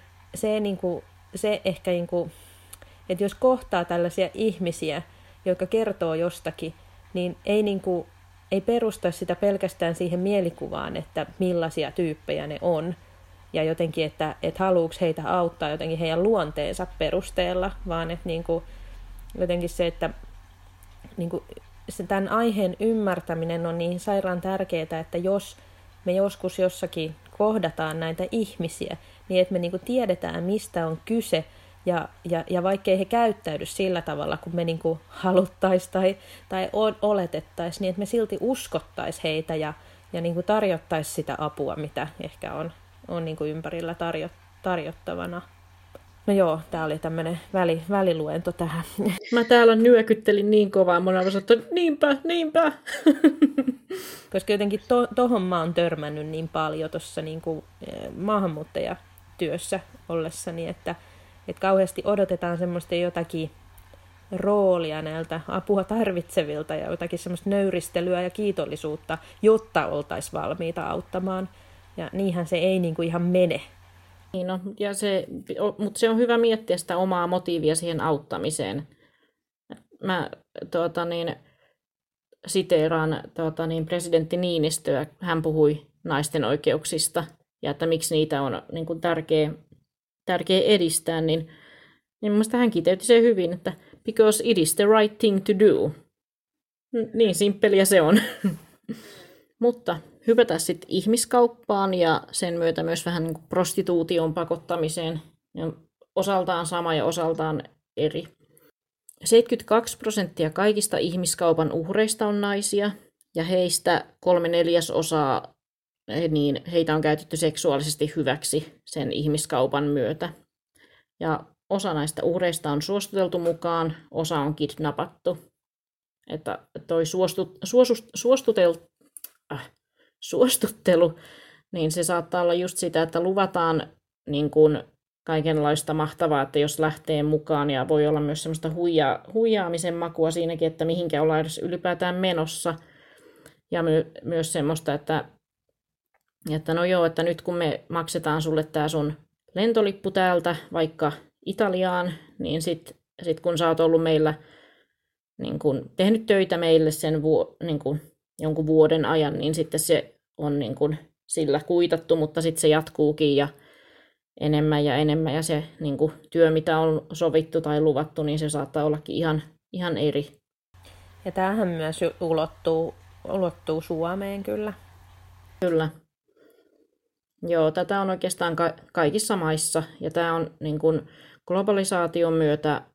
se ehkä, että jos kohtaa tällaisia ihmisiä, jotka kertoo jostakin, niin ei perusta sitä pelkästään siihen mielikuvaan, että millaisia tyyppejä ne on, ja jotenkin, että haluuko heitä auttaa jotenkin heidän luonteensa perusteella, vaan että jotenkin se, että tämän aiheen ymmärtäminen on niin sairaan tärkeää, että jos me joskus jossakin kohdataan näitä ihmisiä, niin että me tiedetään, mistä on kyse, ja vaikkei he käyttäydy sillä tavalla, kun me haluttaisiin tai oletettaisiin, niin että me silti uskottaisiin heitä ja tarjottaisiin sitä apua, mitä ehkä on ympärillä tarjottavana. No joo, tää oli tämmönen väliluento tähän. Mä täällä nyökyttelin niin kovaa, mä olen sanottu, niinpä. Koska jotenkin tohon mä oon törmännyt niin paljon tuossa maahanmuuttajatyössä ollessani, että kauheasti odotetaan semmoista jotakin roolia näiltä apua tarvitsevilta ja jotakin semmoista nöyristelyä ja kiitollisuutta, jotta oltaisiin valmiita auttamaan. Ja niinhän se ei ihan mene. Niin no, mutta se on hyvä miettiä sitä omaa motiivia siihen auttamiseen. Mä siteeraan presidentti Niinistöä. Hän puhui naisten oikeuksista ja että miksi niitä on tärkeä edistää, niin mielestäni hän kiteytti sen hyvin, että because it is the right thing to do. Niin simppeliä se on. Mutta hypätään sitten ihmiskauppaan ja sen myötä myös vähän niin kuin prostituution pakottamiseen. Ja osaltaan sama ja osaltaan eri. 72% kaikista ihmiskaupan uhreista on naisia ja heistä 3/4 niin heitä on käytetty seksuaalisesti hyväksi sen ihmiskaupan myötä. Ja osa näistä uhreista on suostuteltu mukaan, osa on kidnappattu. Että toi suostuttelu, niin se saattaa olla just sitä, että luvataan niin kuin kaikenlaista mahtavaa, että jos lähtee mukaan, ja voi olla myös semmoista huijaamisen makua siinäkin, että mihinkä ollaan edes ylipäätään menossa. Ja myös semmoista, että no joo, että nyt kun me maksetaan sulle tää sun lentolippu täältä vaikka Italiaan, niin sit kun sä oot ollut meillä niin kun tehnyt töitä meille sen jonkun vuoden ajan, niin sitten se on niin kun sillä kuitattu, mutta sitten se jatkuukin ja enemmän ja se niin kun työ, mitä on sovittu tai luvattu, niin se saattaa ollakin ihan eri. Ja tämähän myös ulottuu Suomeen kyllä. Kyllä. Joo, tätä on oikeastaan kaikissa maissa, ja tämä on niin kuin globalisaation myötä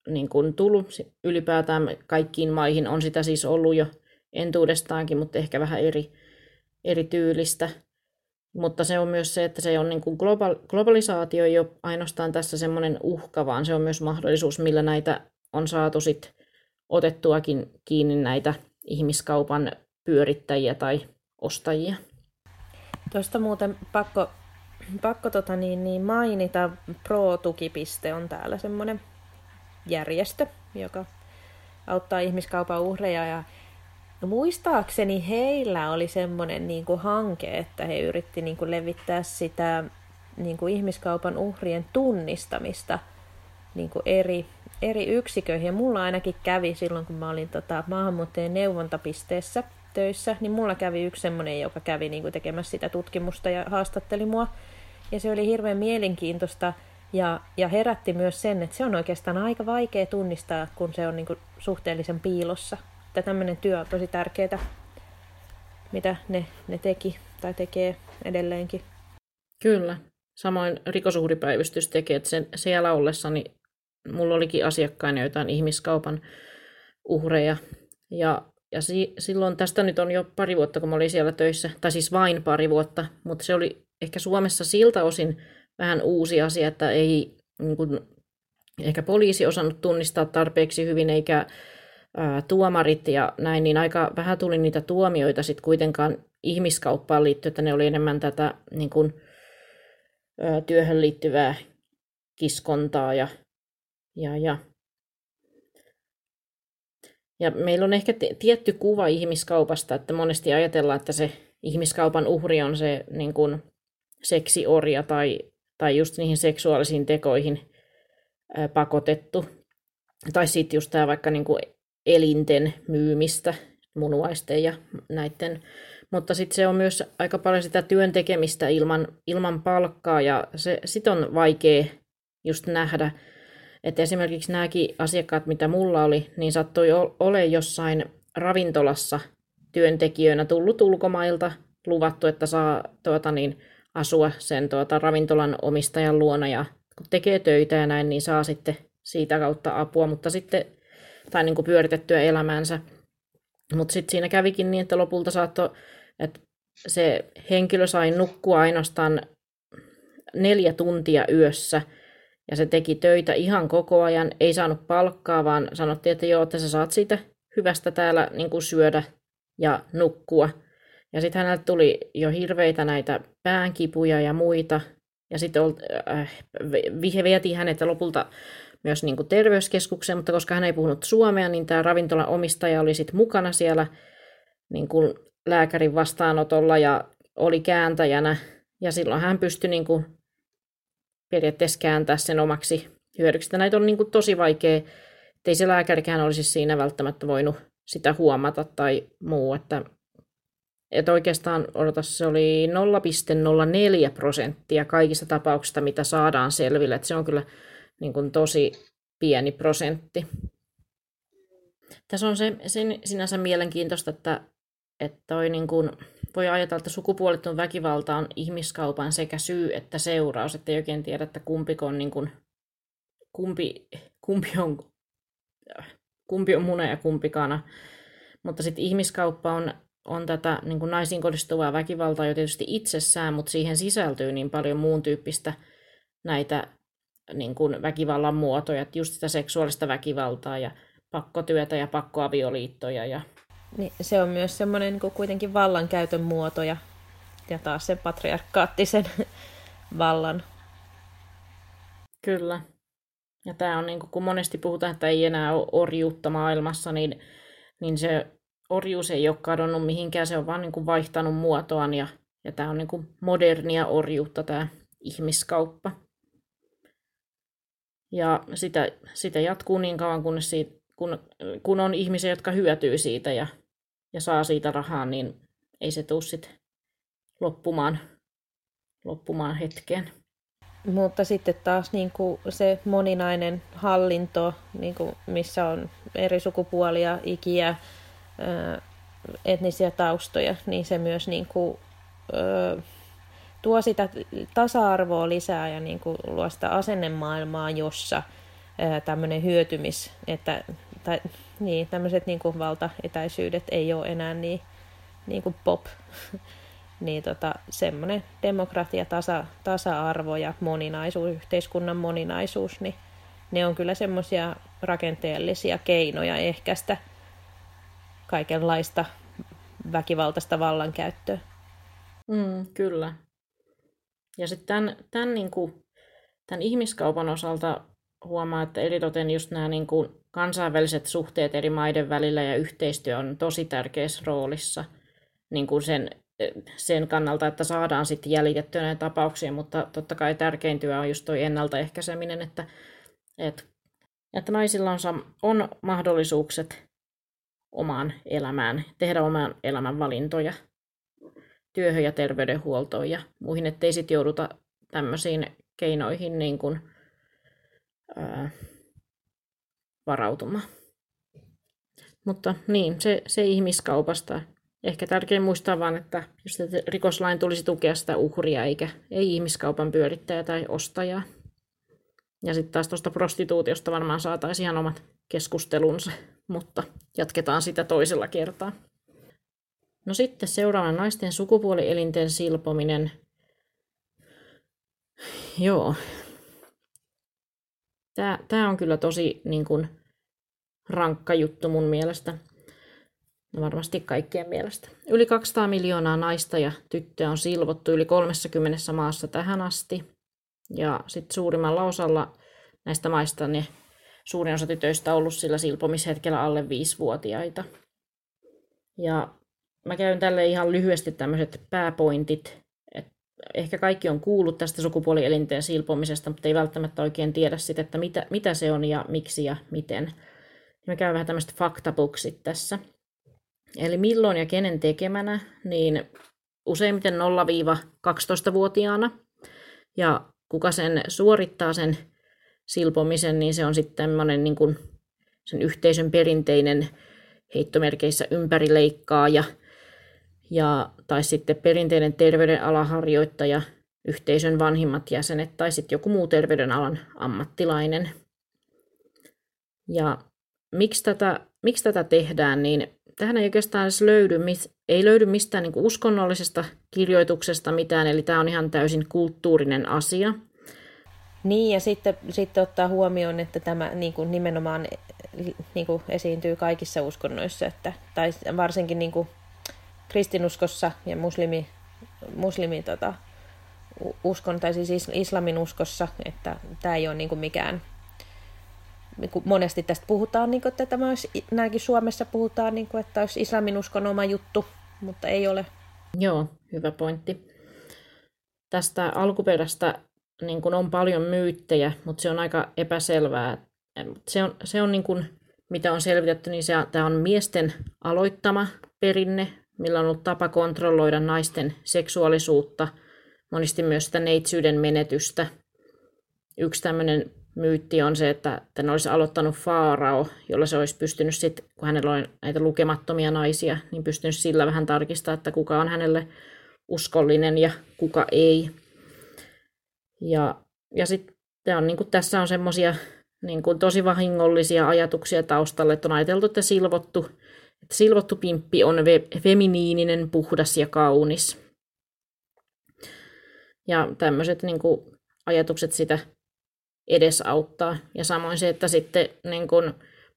niin kuin tullut ylipäätään kaikkiin maihin. On sitä siis ollut jo entuudestaankin, mutta ehkä vähän eri tyylistä. Mutta se on myös se, että se on niin kuin globalisaatio ei ole ainoastaan tässä semmoinen uhka, vaan se on myös mahdollisuus, millä näitä on saatu sit otettuakin kiinni näitä ihmiskaupan pyörittäjiä tai ostajia. Tuosta muuten pakko mainita, Pro-tukipiste on täällä semmoinen järjestö, joka auttaa ihmiskaupan uhreja. Ja muistaakseni heillä oli semmoinen niin kuin hanke, että he yritti niin kuin levittää sitä niin kuin ihmiskaupan uhrien tunnistamista niin kuin eri yksiköihin. Ja mulla ainakin kävi silloin, kun mä olin maahanmuuttajien neuvontapisteessä töissä, niin mulla kävi yksi semmoinen, joka kävi niin kuin tekemässä sitä tutkimusta ja haastatteli mua. Ja se oli hirveän mielenkiintoista ja herätti myös sen, että se on oikeastaan aika vaikea tunnistaa, kun se on niin kuin suhteellisen piilossa. Että tämmöinen työ on tosi tärkeää, mitä ne teki tai tekee edelleenkin. Kyllä. Samoin rikosuhripäivystys tekee, että siellä ollessani mulla olikin asiakkaina jotain ihmiskaupan uhreja. Ja silloin tästä nyt on jo pari vuotta, kun mä olin siellä töissä, tai siis vain pari vuotta, mutta se oli ehkä Suomessa siltä osin vähän uusi asia, että ei niin kuin, ehkä poliisi osannut tunnistaa tarpeeksi hyvin, eikä tuomarit ja näin, niin aika vähän tuli niitä tuomioita sitten kuitenkaan ihmiskauppaan liittyen, että ne oli enemmän tätä niin kuin, työhön liittyvää kiskontaa ja meillä on ehkä tietty kuva ihmiskaupasta, että monesti ajatellaan, että se ihmiskaupan uhri on se niin kuin seksiorja tai just niihin seksuaalisiin tekoihin pakotettu. Tai sitten just tämä vaikka niin kuin elinten myymistä, munuaisten ja näiden. Mutta sitten se on myös aika paljon sitä työn tekemistä ilman palkkaa ja sitten on vaikea just nähdä. Että esimerkiksi nämäkin asiakkaat, mitä mulla oli, niin sattui ole jossain ravintolassa työntekijöinä tullut ulkomailta, luvattu, että saa asua sen ravintolan omistajan luona ja kun tekee töitä ja näin, niin saa sitten siitä kautta apua, mutta sitten, tai niin kuin pyöritettyä elämäänsä. Mutta sitten siinä kävikin niin, että lopulta saattoi, että se henkilö sai nukkua ainoastaan 4 tuntia yössä, ja se teki töitä ihan koko ajan, ei saanut palkkaa, vaan sanottiin, että joo, että sä saat siitä hyvästä täällä niin kuin syödä ja nukkua. Ja sitten hänelle tuli jo hirveitä näitä päänkipuja ja muita. Ja sitten vietiin hänet lopulta myös niin kuin terveyskeskukseen, mutta koska hän ei puhunut suomea, niin tämä ravintolan omistaja oli sitten mukana siellä niin kuin lääkärin vastaanotolla ja oli kääntäjänä. Ja silloin hän pystyi niin kuin periaatteessa kääntää sen omaksi hyödyksi. Näitä on niin kuin tosi vaikea, ettei se lääkärikään olisi siinä välttämättä voinut sitä huomata tai muu. Että oikeastaan se oli 0,04% kaikista tapauksista, mitä saadaan selville. Että se on kyllä niin kuin tosi pieni prosentti. Tässä on se sinänsä mielenkiintoista, että toi niin kuin voi ajatella, että sukupuoliton väkivalta on ihmiskaupan sekä syy että seuraus, että ei oikein tiedä, että kumpi on muna ja kumpi kana. Mutta sitten ihmiskauppa on tätä niin kuin naisiin kohdistuvaa väkivaltaa jo tietysti itsessään, mutta siihen sisältyy niin paljon muun tyyppistä näitä niin kuin väkivallan muotoja, että just sitä seksuaalista väkivaltaa ja pakkotyötä ja pakkoavioliittoja ja niin, se on myös semmoinen niin kuin kuitenkin vallankäytön muoto ja taas sen patriarkaattisen vallan. Kyllä. Ja tämä on, niin kuin, kun monesti puhutaan, että ei enää ole orjuutta maailmassa, niin se orjuus ei ole kadonnut mihinkään, se on vaan niin kuin vaihtanut muotoaan ja tämä on niin kuin modernia orjuutta, tämä ihmiskauppa. Ja sitä jatkuu niin kauan, kunnes kun on ihmisiä, jotka hyötyy siitä ja saa siitä rahaa, niin ei se tule sitten loppumaan hetkeen. Mutta sitten taas niin kuin se moninainen hallinto, niin kuin missä on eri sukupuolia, ikiä, etnisiä taustoja, niin se myös niin kuin, tuo sitä tasa-arvoa lisää ja niin kuin luo sitä asennemaailmaa, jossa tämmöinen hyötymis, tai niin, tämmöiset niin kuin valtaetäisyydet ei ole enää niin kuin pop. Niin semmoinen demokratia, tasa-arvo ja moninaisuus, yhteiskunnan moninaisuus, niin ne on kyllä semmoisia rakenteellisia keinoja ehkäistä kaikenlaista väkivaltaista vallankäyttöä. Kyllä. Ja sitten tämän ihmiskaupan osalta huomaa, että eritoten just nämä niin kuin kansainväliset suhteet eri maiden välillä ja yhteistyö on tosi tärkeässä roolissa niin kuin sen kannalta, että saadaan sitten jäljitettyä näitä tapauksia, mutta totta kai tärkein työ on just tuo ennaltaehkäiseminen, että naisilla on mahdollisuukset omaan elämään, tehdä oman elämän valintoja työhön ja terveydenhuoltoon ja muihin, ettei sitten jouduta tämmöisiin keinoihin niin kuin, varautumaan. Mutta niin, se ihmiskaupasta. Ehkä tärkein muistaa vaan, että rikoslain tulisi tukea sitä uhria, ei ihmiskaupan pyörittäjä tai ostajaa. Ja sitten taas tuosta prostituutiosta varmaan saataisiin ihan omat keskustelunsa, mutta jatketaan sitä toisella kertaa. No sitten seuraavana naisten sukupuolielinten silpominen. Joo. Tämä on kyllä tosi niin kuin, rankka juttu mun mielestä. No varmasti kaikkien mielestä. Yli 200 miljoonaa naista ja tyttöä on silvottu yli 30 maassa tähän asti. Ja sitten suurimmalla osalla näistä maista ne suurin osa tytöistä on ollut sillä silpomishetkellä alle 5-vuotiaita. Ja mä käyn tälle ihan lyhyesti tämmöiset pääpointit. Ehkä kaikki on kuullut tästä sukupuolielinten silpomisesta, mutta ei välttämättä oikein tiedä sit, että mitä se on ja miksi ja miten. Mä käyn vähän tämmöiset faktabuksit tässä. Eli milloin ja kenen tekemänä, niin useimmiten 0-12-vuotiaana. Ja kuka sen suorittaa sen silpomisen, niin se on sitten tämmöinen niin kuin sen yhteisön perinteinen heittomerkeissä ympärileikkaaja tai sitten perinteinen terveydenalaharjoittaja, yhteisön vanhimmat jäsenet tai sitten joku muu terveydenalan ammattilainen. Ja miksi tätä tehdään, niin tähän ei oikeastaan edes löydy mistään niin kuin uskonnollisesta kirjoituksesta mitään, eli tämä on ihan täysin kulttuurinen asia. Niin, ja sitten ottaa huomioon, että tämä niin kuin nimenomaan niin kuin esiintyy kaikissa uskonnoissa, tai varsinkin niin kuin kristinuskossa ja uskon, tai siis islamin uskossa, että tämä ei ole niin kuin mikään, niin kuin monesti tästä puhutaan, niin kuin, että tämä olisi, näinkin Suomessa puhutaan, niin kuin, että olisi islamin uskon oma juttu, mutta ei ole. Joo, hyvä pointti. Tästä alkuperästä niin kuin on paljon myyttejä, mutta se on aika epäselvää. Se on niin kuin, mitä on selvitetty, niin tämä on miesten aloittama perinne, millä on ollut tapa kontrolloida naisten seksuaalisuutta, monesti myös sitä neitsyyden menetystä. Yksi tämmöinen myytti on se, että ne olisi aloittanut faarao, jolla se olisi pystynyt sitten, kun hänellä on näitä lukemattomia naisia, niin pystynyt sillä vähän tarkistamaan, että kuka on hänelle uskollinen ja kuka ei. Ja sitten tässä on semmoisia niin kuin tosi vahingollisia ajatuksia taustalla, että on ajateltu, että silvottu pimppi on feminiininen, puhdas ja kaunis. Ja tämmöiset niin kuin ajatukset sitä edesauttaa. Ja samoin se, että sitten niin kuin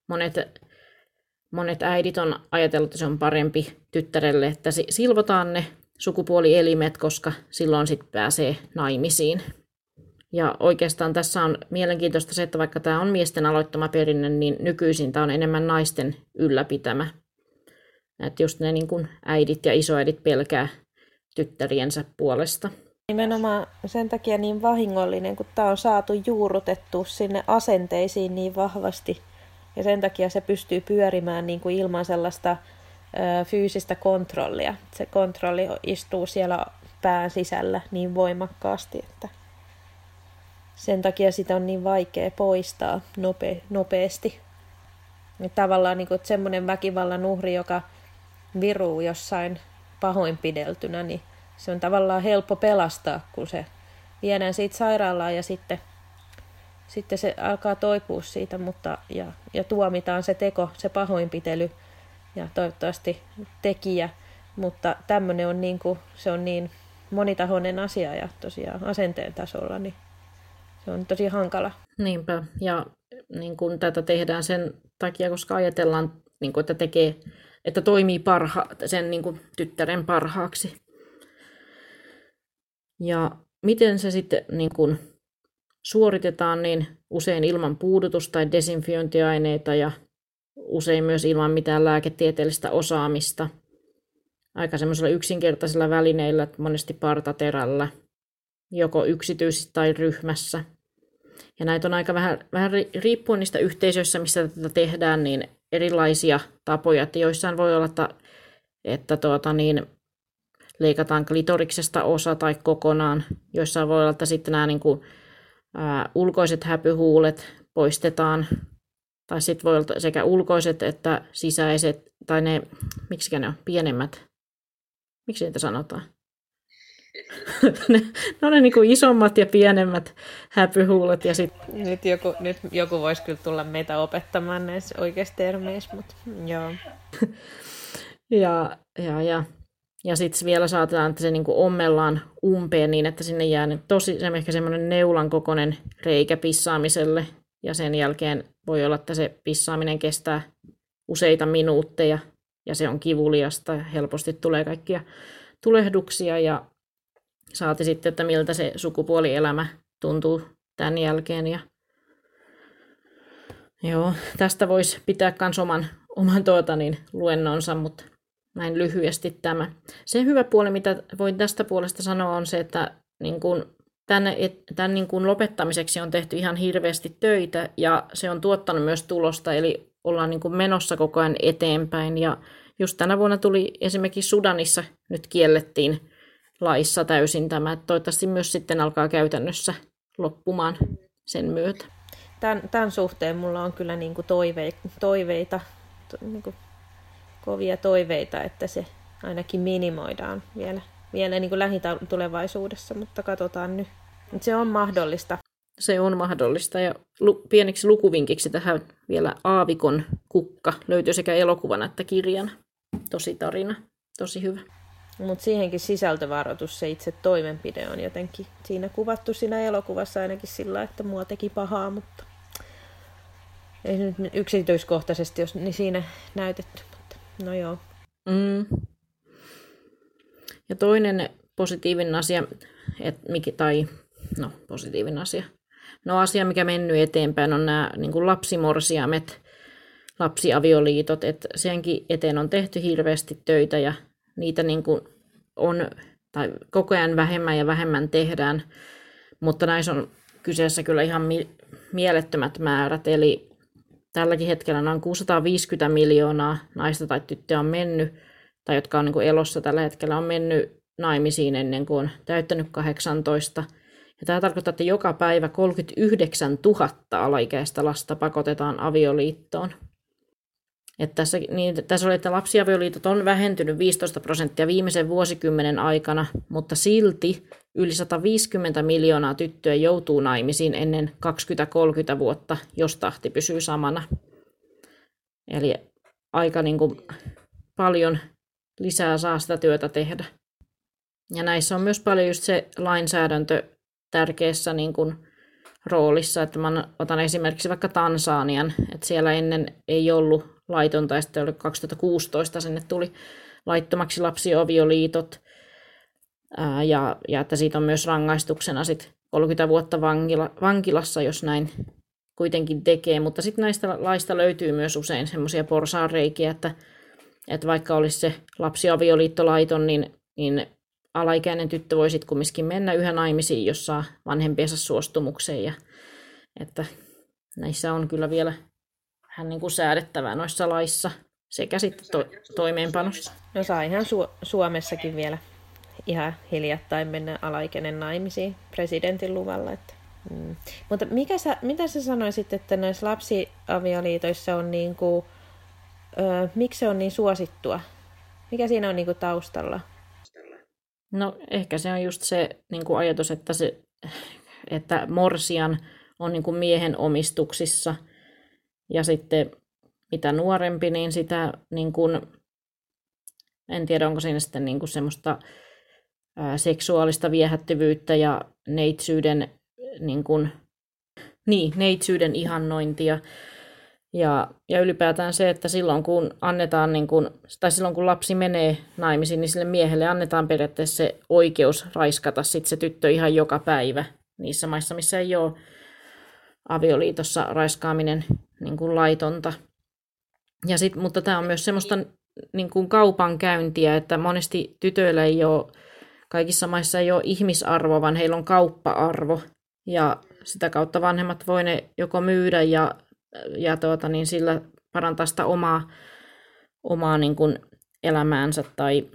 monet äidit on ajatellut, että se on parempi tyttärelle, että silvotaan ne sukupuolielimet, koska silloin sitten pääsee naimisiin. Ja oikeastaan tässä on mielenkiintoista se, että vaikka tämä on miesten aloittama perinne, niin nykyisin tämä on enemmän naisten ylläpitämä. Että just ne niin kuin äidit ja isoäidit pelkää tyttäriensä puolesta. Nimenomaan sen takia niin vahingollinen, kun tämä on saatu juurrutettua sinne asenteisiin niin vahvasti. Ja sen takia se pystyy pyörimään niin kuin ilman sellaista fyysistä kontrollia. Se kontrolli istuu siellä pään sisällä niin voimakkaasti, että sen takia sitä on niin vaikea poistaa nopeasti. Ja tavallaan niin kuin, että semmoinen väkivallan uhri, joka viruu jossain pahoinpideltynä, niin se on tavallaan helppo pelastaa, kun se viedään siitä sairaalaan ja sitten sitten se alkaa toipua siitä, ja tuomitaan se teko, se pahoinpitely ja toivottavasti tekijä, mutta tämmöinen on se on niin monitahoinen asia ja tosiaan asenteen tasolla, niin se on tosi hankala. Niinpä, ja niin kun tätä tehdään sen takia, koska ajatellaan, niin kun, että toimii sen niin kun, tyttären parhaaksi. Ja miten se sitten niin kun, suoritetaan, niin usein ilman puudutus- tai desinfiointiaineita ja usein myös ilman mitään lääketieteellistä osaamista. Aika semmoisella yksinkertaisilla välineillä, monesti partaterällä, joko yksityisesti tai ryhmässä. Ja näitä on aika vähän riippuen niistä yhteisöissä, missä tätä tehdään, niin erilaisia tapoja. Että joissain voi olla, että leikataan klitoriksesta osa tai kokonaan. Joissain voi olla, että sitten nämä ulkoiset häpyhuulet poistetaan. Tai sitten voi olla sekä ulkoiset että sisäiset, tai ne, miksikä ne on, pienemmät. Miksi niitä sanotaan? Ne on ne isommat ja pienemmät häpyhuulet. Ja nyt joku voisi kyllä tulla meitä opettamaan näissä oikeissa termeissä, mutta joo. Ja sitten vielä saatetaan, että se ommellaan umpeen niin, että sinne jää ehkä semmoinen neulan kokoinen reikä pissaamiselle. Ja sen jälkeen voi olla, että se pissaaminen kestää useita minuutteja ja se on kivuliasta ja helposti tulee kaikkia tulehduksia ja saati sitten, että miltä se sukupuolielämä tuntuu tämän jälkeen. Ja joo, tästä voisi pitää myös oman luennonsa, mutta näin lyhyesti tämä. Se hyvä puoli, mitä voin tästä puolesta sanoa, on se, että tämän lopettamiseksi on tehty ihan hirveästi töitä ja se on tuottanut myös tulosta, eli ollaan menossa koko ajan eteenpäin. Ja just tänä vuonna tuli esimerkiksi Sudanissa, nyt kiellettiin laissa täysin tämä, että toivottavasti myös sitten alkaa käytännössä loppumaan sen myötä. Tämän suhteen mulla on kyllä toiveita, kovia toiveita, että se ainakin minimoidaan vielä lähitulevaisuudessa, mutta katsotaan nyt. Se on mahdollista. Se on mahdollista ja pieneksi lukuvinkiksi tähän vielä Aavikon kukka löytyy sekä elokuvana että kirjana. Tosi tarina, tosi hyvä. Mutta siihenkin sisältövaroitus, se itse toimenpide on jotenkin siinä kuvattu siinä elokuvassa ainakin sillä, että mua teki pahaa, mutta ei nyt yksityiskohtaisesti jos niin siinä näytetty, mutta no joo. Ja toinen positiivinen asia, positiivinen asia. No asia, mikä mennyt eteenpäin, on nämä lapsimorsiamet, lapsiavioliitot, että senkin eteen on tehty hirveästi töitä ja niitä koko ajan vähemmän ja vähemmän tehdään, mutta näissä on kyseessä kyllä ihan mielettömät määrät, eli tälläkin hetkellä noin 650 miljoonaa naista tai tyttöä on mennyt, tai jotka on elossa tällä hetkellä, on mennyt naimisiin ennen kuin on täyttänyt 18. Ja tämä tarkoittaa, että joka päivä 39 000 alaikäistä lasta pakotetaan avioliittoon. Tässä oli, että lapsiavioliitot on vähentynyt 15% viimeisen vuosikymmenen aikana, mutta silti yli 150 miljoonaa tyttöä joutuu naimisiin ennen 20-30 vuotta, jos tahti pysyy samana. Eli aika paljon lisää saa sitä työtä tehdä. Ja näissä on myös paljon just se lainsäädäntö tärkeässä roolissa, että mä otan esimerkiksi vaikka Tansanian, että siellä ennen ei ollut laitonta, ja sitten 2016 sinne tuli laittomaksi lapsiavioliitot, ja että siitä on myös rangaistuksena sit 30 vuotta vankilassa, jos näin kuitenkin tekee, mutta sitten näistä laista löytyy myös usein semmoisia porsaanreikiä, että vaikka olisi se lapsiavioliitto laiton, niin alaikäinen tyttö voi sitten kumminkin mennä yhä naimisiin, jos saa vanhempiensa suostumukseen, ja että näissä on kyllä vielä vähän säädettävää noissa laissa sekä sitten toimeenpanossa. No saa ihan Suomessakin vielä ihan hiljattain mennä alaikäinen naimisiin presidentin luvalla. Että. Mutta mitä sä sanoisit, että näissä lapsiavioliitoissa on miksi se on niin suosittua? Mikä siinä on taustalla? No ehkä se on just se ajatus, että morsian on niin kuin miehen omistuksissa. Ja sitten mitä nuorempi, niin sitä, niin kuin, en tiedä onko siinä sitten niin kuin semmoista seksuaalista viehättävyyttä ja neitsyyden, neitsyyden ihannointia. Ja ylipäätään se, että silloin kun annetaan, silloin kun lapsi menee naimisiin, niin sille miehelle annetaan periaatteessa se oikeus raiskata sit se tyttö ihan joka päivä niissä maissa, missä ei ole avioliitossa raiskaaminen laitonta. Mutta tämä on myös semmoista kaupankäyntiä, että monesti tytöillä ei ole, kaikissa maissa ei ole ihmisarvo, vaan heillä on kauppa-arvo. Ja sitä kautta vanhemmat voi ne joko myydä ja sillä parantaa sitä omaa elämäänsä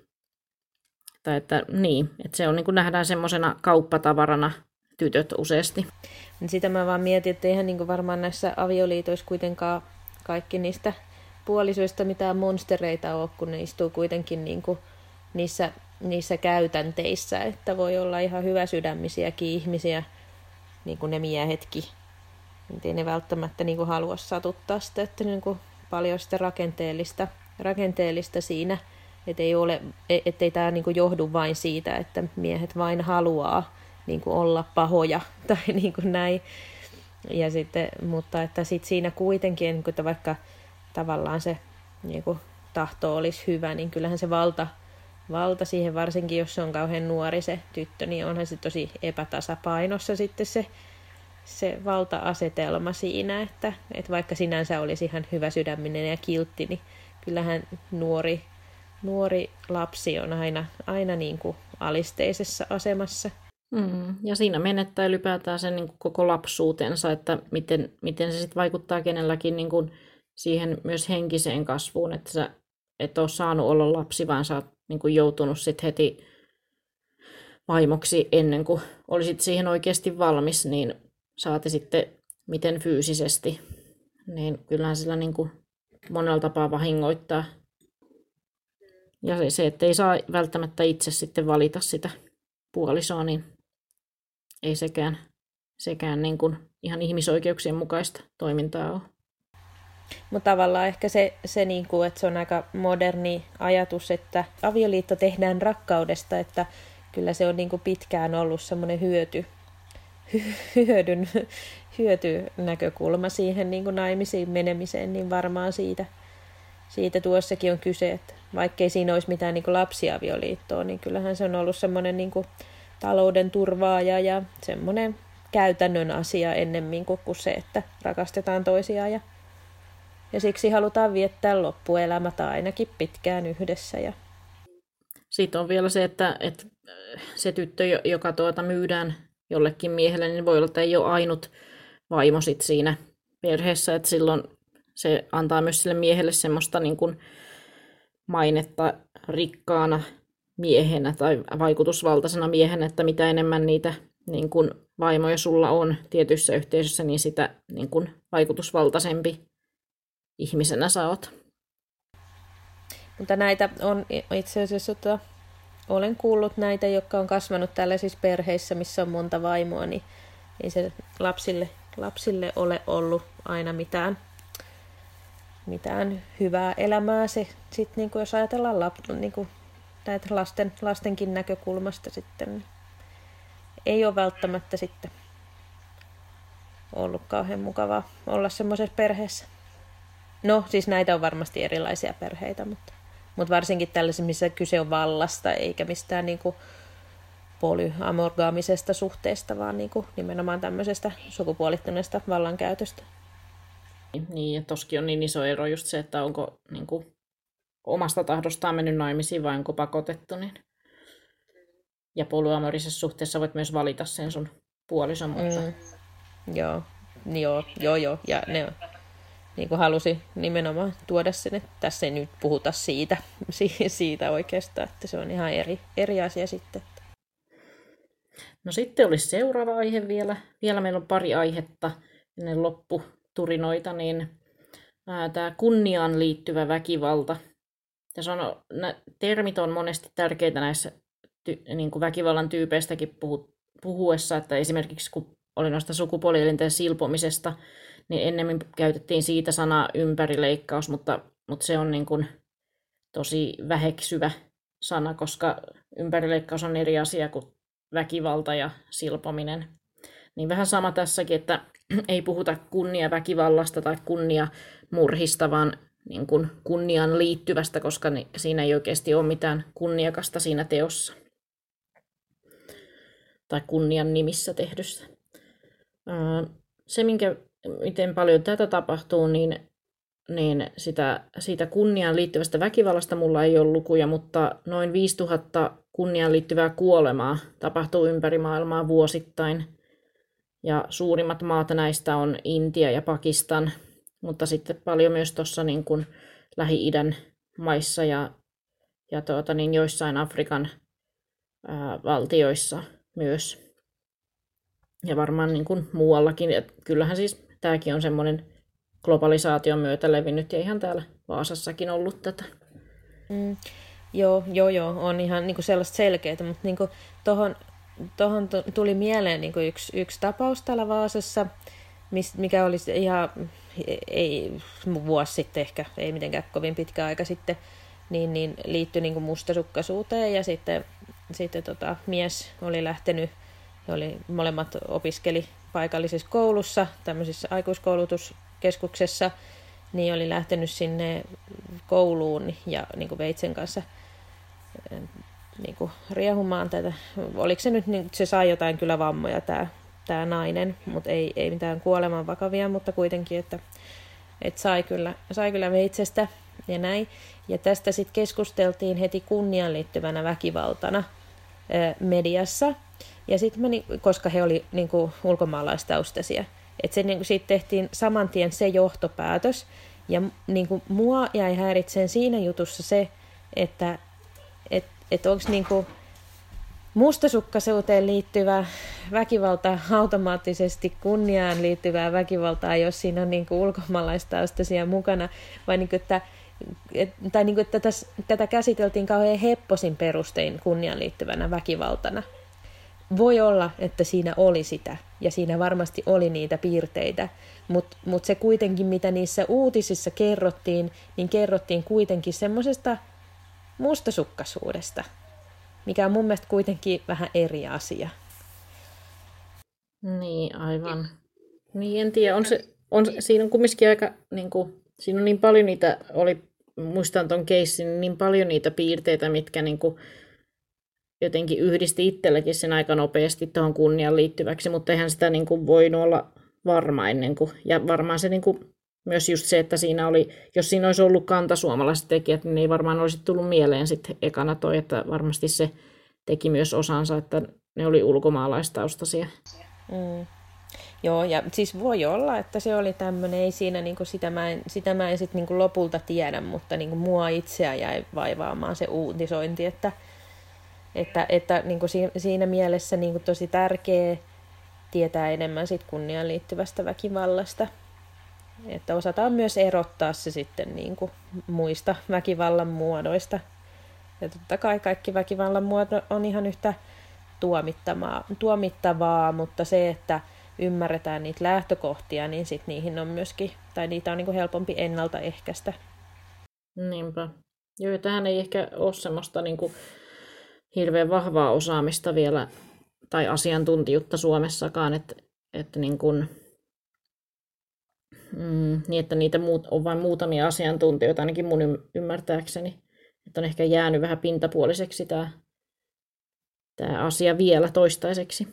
että se on nähdään semmoisena kauppatavarana tytöt useasti. Sitä mä vaan mietin, että eihän varmaan näissä avioliitoissa kuitenkaan kaikki niistä puolisoista mitään monstereita ole, kun ne istuu kuitenkin niissä käytänteissä, että voi olla ihan hyväsydämisiäkin ihmisiä, niin kuin ne miehetkin. Ei ne välttämättä halua satuttaa sitä, että paljon sitä rakenteellista siinä, ettei tämä johdu vain siitä, että miehet vain haluaa olla pahoja tai näin. Ja sitten, mutta että siinä kuitenkin, että vaikka tavallaan se tahto olisi hyvä, niin kyllähän se valta siihen, varsinkin jos se on kauhean nuori se tyttö, niin onhan se tosi epätasapainossa sitten se valta-asetelma siinä, että vaikka sinänsä olisi ihan hyväsydäminen ja kiltti, niin kyllähän nuori lapsi on aina alisteisessa asemassa. Ja siinä menettää ylipäätään sen koko lapsuutensa, että miten se sitten vaikuttaa kenelläkin siihen myös henkiseen kasvuun, että sä et ole saanut olla lapsi, vaan sä oot joutunut sit heti vaimoksi ennen kuin olisit siihen oikeasti valmis, niin saati sitten miten fyysisesti, niin kyllähän sillä monella tapaa vahingoittaa. Ja se, että ei saa välttämättä itse sitten valita sitä puolisoa, niin ei sekään ihan ihmisoikeuksien mukaista toimintaa ole. Mutta tavallaan ehkä se että se on aika moderni ajatus, että avioliitto tehdään rakkaudesta, että kyllä se on pitkään ollut semmoinen hyötynäkökulma siihen naimisiin menemiseen, niin varmaan siitä tuossakin on kyse, että vaikkei siinä olisi mitään lapsiavioliittoa, niin kyllähän se on ollut semmoinen talouden turvaaja ja semmoinen käytännön asia ennemmin kuin se, että rakastetaan toisiaan ja siksi halutaan viettää loppuelämä tai ainakin pitkään yhdessä. Sitten on vielä se, että se tyttö, joka myydään jollekin miehelle, niin voi olla, että ei ole ainut vaimo sit siinä perheessä, että silloin se antaa myös sille miehelle semmoista mainetta rikkaana miehenä tai vaikutusvaltaisena miehenä, että mitä enemmän niitä vaimoja sulla on tietyissä yhteisössä, niin sitä vaikutusvaltaisempi ihmisenä sä oot. Mutta näitä on itse asiassa, olen kuullut näitä, jotka on kasvanut tällaisissa perheissä, missä on monta vaimoa, niin ei se lapsille ole ollut aina mitään hyvää elämää. Se sitten jos ajatellaan näitä lastenkin näkökulmasta sitten, niin ei ole välttämättä sitten ollut kauhean mukavaa olla semmoisessa perheessä. No, siis näitä on varmasti erilaisia perheitä, mutta varsinkin tällaisissa, missä kyse on vallasta, eikä mistään polyamorgaamisesta suhteesta, vaan nimenomaan tämmöisestä sukupuolittuneesta vallankäytöstä. Niin, ja toskin on niin iso ero just se, että onko omasta tahdostaan mennyt naimisiin vai onko pakotettu. Niin. Ja polyamorisessa suhteessa voit myös valita sen sun puolison. Joo. Ja ne halusi nimenomaan tuoda sen, että tässä ei nyt puhuta siitä oikeastaan, että se on ihan eri asia sitten. No sitten olisi seuraava aihe vielä. Vielä meillä on pari aihetta ennen lopputurinoita, niin tämä kunniaan liittyvä väkivalta. Termit on monesti tärkeitä näissä väkivallan tyypeistäkin puhuessa, että esimerkiksi kun oli noista sukupuolielinten silpomisesta, niin ennemmin käytettiin siitä sanaa ympärileikkaus, mutta se on niin kuin tosi väheksyvä sana, koska ympärileikkaus on eri asia kuin väkivalta ja silpominen. Niin vähän sama tässäkin, että ei puhuta kunniaväkivallasta tai kunniamurhista, vaan niin kuin kunniaan liittyvästä, koska siinä ei oikeasti ole mitään kunniakasta siinä teossa. Tai kunnian nimissä tehdystä. Se, miten paljon tätä tapahtuu, niin siitä kunniaan liittyvästä väkivallasta mulla ei ole lukuja, mutta noin 5000 kunniaan liittyvää kuolemaa tapahtuu ympäri maailmaa vuosittain. Ja suurimmat maat näistä on Intia ja Pakistan, mutta sitten paljon myös tuossa niin kuin Lähi-idän maissa ja joissain Afrikan valtioissa myös. Ja varmaan niin kuin muuallakin. Et kyllähän siis tämäkin on semmoinen globalisaation myötä levinnyt ja ihan täällä Vaasassakin ollut tätä. Joo, on ihan niin kuin sellaista selkeää, mutta niin kuin tuohon tuli mieleen niin kuin yksi tapaus täällä Vaasassa, mikä oli ihan ei vuosi sitten ehkä, ei mitenkään kovin pitkä aika sitten, niin liittyi niin kuin mustasukkaisuuteen ja sitten mies oli lähtenyt, molemmat opiskeli paikallisessa koulussa, tämmöisessä aikuiskoulutuskeskuksessa, niin oli lähtenyt sinne kouluun ja niin kuin veitsen kanssa niin kuin riehumaan tätä. Oliko se nyt, niin se sai jotain kyllä vammoja tämä nainen, mutta ei mitään kuoleman vakavia, mutta kuitenkin, että sai kyllä veitsestä ja näin. Ja tästä sitten keskusteltiin heti kunniaan liittyvänä väkivaltana mediassa. Ja sitten koska he oli niin kuin ulkomaalaistaustaisia, että siitä tehtiin saman tien se johtopäätös. Ja niin kuin mua jäi häiritseen siinä jutussa se, että onko niin kuin mustasukkaisuuteen liittyvä väkivalta automaattisesti kunniaan liittyvää väkivaltaa, jos siinä on niin kuin ulkomaalaistaustaisia mukana, vai niin kuin, että tätä käsiteltiin kauhean hepposin perustein kunniaan liittyvänä väkivaltana. Voi olla, että siinä oli sitä, ja siinä varmasti oli niitä piirteitä, mutta se kuitenkin, mitä niissä uutisissa kerrottiin, niin kerrottiin kuitenkin semmoisesta mustasukkaisuudesta, mikä on mun mielestä kuitenkin vähän eri asia. Niin, aivan. Niin, en tiedä, siinä on kumminkin aika, niin kuin, siinä on niin paljon niitä, muistan ton keissin, niin paljon niitä piirteitä, mitkä niin kuin, jotenkin yhdisti itselläkin sen aika nopeasti tuohon kunniaan liittyväksi, mutta eihän sitä niin kuin voinut olla varma ennen kuin, ja varmaan se niin kuin, myös just se, että siinä oli, jos siinä olisi ollut kantasuomalaiset tekijät, niin ei varmaan olisi tullut mieleen sitten ekana toi, että varmasti se teki myös osansa, että ne oli ulkomaalaistaustaisia. Joo, ja siis voi olla, että se oli tämmöinen, ei siinä niinku sitä mä en sit niinku lopulta tiedä, mutta niinku mua itseä jäi vaivaamaan se uutisointi, että niinku siinä mielessä niinku tosi tärkeä tietää enemmän sit kunniaan liittyvästä väkivallasta. Että osataan myös erottaa se sitten niinku muista väkivallan muodoista. Ja totta kai kaikki väkivallan muoto on ihan yhtä tuomittavaa, mutta se, että ymmärretään niitä lähtökohtia, niin sit niihin on myöskin, tai niitä on niinku helpompi ennaltaehkäistä. Niinpä. Joo, ja tähän ei ehkä ole semmoista niinku hirveän vahvaa osaamista vielä, tai asiantuntijuutta Suomessakaan, että niin kuin, niin että niitä on vain muutamia asiantuntijoita, ainakin mun ymmärtääkseni. Että on ehkä jäänyt vähän pintapuoliseksi tämä asia vielä toistaiseksi.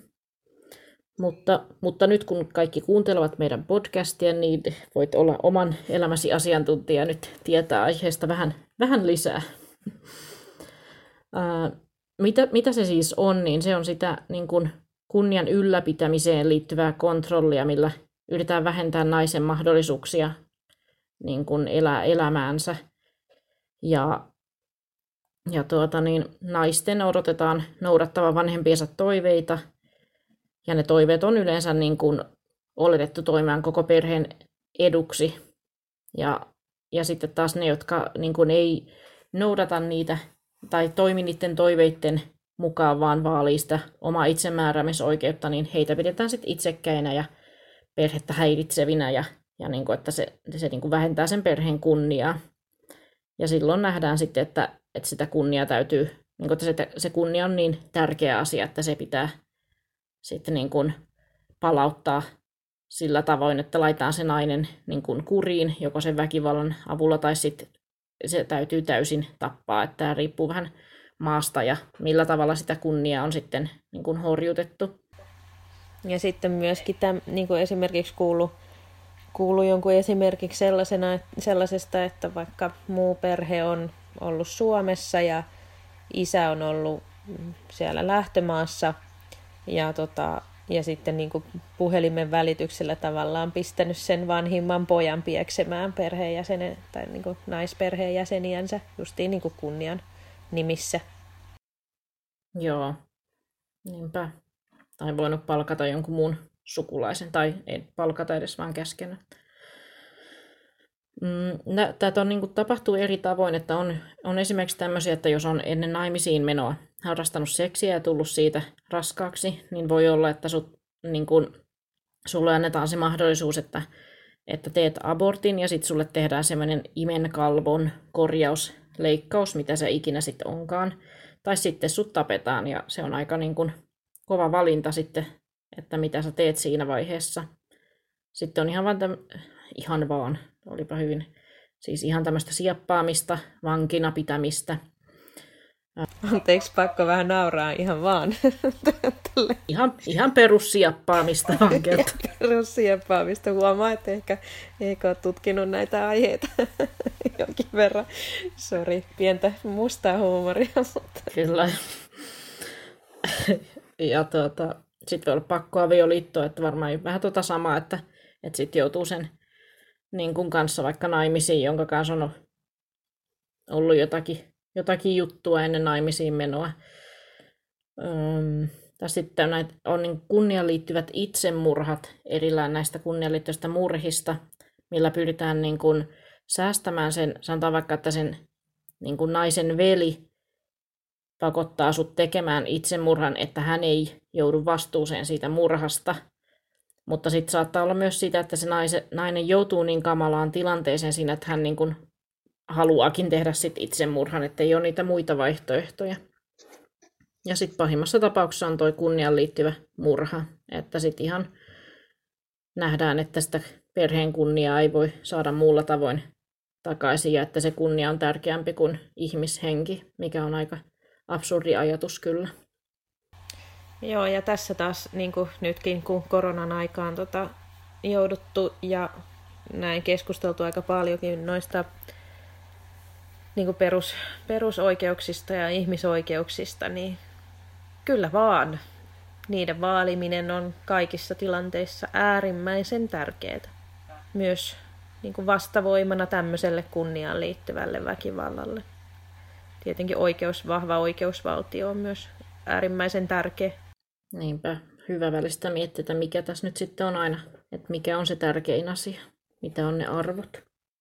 Mutta nyt kun kaikki kuuntelevat meidän podcastia, niin voit olla oman elämäsi asiantuntija nyt tietää aiheesta vähän lisää. Mitä se siis on, niin se on sitä niin kuin kunnian ylläpitämiseen liittyvää kontrollia, millä yritetään vähentää naisen mahdollisuuksia niin kuin elää elämäänsä. Ja naisten odotetaan noudattavan vanhempiensa toiveita, ja ne toiveet on yleensä niin kuin oletettu toimimaan koko perheen eduksi. Ja sitten taas ne, jotka niin kuin ei noudata niitä tai toimi niiden toiveiden mukaan vaan vaalii sitä omaa itsemääräämisoikeutta, niin heitä pidetään sitten itsekkäinä ja perhettä häiritsevinä ja niin kuin, että se niin kuin vähentää sen perheen kunniaa. Ja silloin nähdään sitten, että sitä kunniaa täytyy, niin kuin, että se kunnia on niin tärkeä asia, että se pitää sitten niin kuin palauttaa sillä tavoin, että laitetaan se nainen niin kuin kuriin, joko sen väkivallan avulla tai sitten se täytyy täysin tappaa. Että tämä riippuu vähän maasta ja millä tavalla sitä kunniaa on sitten niin kuin horjutettu. Ja sitten myöskin niin kuin esimerkiksi kuulu jonkun esimerkiksi sellaisesta, että vaikka muu perhe on ollut Suomessa ja isä on ollut siellä lähtömaassa ja sitten niin kuin puhelimen välityksellä tavallaan pistänyt sen vanhimman pojan pieksemään perheenjäsenen tai niin kuin naisperheenjäseniänsä justiin niin kuin kunnian nimissä. Joo, niinpä. Tai voinut palkata jonkun muun sukulaisen, tai ei palkata edes, vaan käskenyt. Tätä niin kuin tapahtuu eri tavoin, että on esimerkiksi tämmöisiä, että jos on ennen naimisiin menoa harrastanut seksiä ja tullut siitä raskaaksi, niin voi olla, että niin kuin, sulle annetaan se mahdollisuus, että teet abortin ja sitten sulle tehdään semmoinen imenkalvon korjausleikkaus, mitä se ikinä sitten onkaan. Tai sitten sut tapetaan ja se on aika niin kuin kova valinta sitten, että mitä sä teet siinä vaiheessa. Sitten on ihan vaan, olipa hyvin, siis ihan tämmöistä sieppaamista, vankina pitämistä. Anteeksi, pakko vähän nauraa ihan vaan. Ihan perussieppaamista vankeutta. Perussieppaamista. Huomaa, että ehkä ole tutkinut näitä aiheita jonkin verran. Sori, pientä mustaa huumoria. Mutta... Kyllä. Ja sitten voi olla pakkoavioliitto, että varmaan vähän samaa, että sitten joutuu sen niin kuin kanssa vaikka naimisiin, jonka kanssa on ollut jotakin juttua ennen naimisiin menoa. Tai sitten on niin kunniaan liittyvät itsemurhat erillään näistä kunniaan liittyvistä murhista, millä pyritään niin kuin säästämään sen, sanotaan vaikka, että sen niin kuin naisen veli pakottaa sut tekemään itsemurhan, että hän ei joudu vastuuseen siitä murhasta. Mutta sitten saattaa olla myös sitä, että se nainen joutuu niin kamalaan tilanteeseen siinä, että hän niin kuin haluaakin tehdä sit itsemurhan, että ei ole niitä muita vaihtoehtoja. Ja sitten pahimmassa tapauksessa on toi kunniaan liittyvä murha, että sitten ihan nähdään, että sitä perheen kunniaa ei voi saada muulla tavoin takaisin ja että se kunnia on tärkeämpi kuin ihmishenki, mikä on aika absurdi ajatus kyllä. Joo, ja tässä taas niin kuin nytkin, kun koronan aikaan jouduttu ja näin keskusteltu aika paljonkin noista niin kuin perusoikeuksista ja ihmisoikeuksista, niin kyllä vaan niiden vaaliminen on kaikissa tilanteissa äärimmäisen tärkeää. Myös niin kuin vastavoimana tämmöiselle kunniaan liittyvälle väkivallalle. Tietenkin vahva oikeusvaltio on myös äärimmäisen tärkeä. Niinpä, hyvä välistä miettiä, että mikä tässä nyt sitten on aina, että mikä on se tärkein asia, mitä on ne arvot.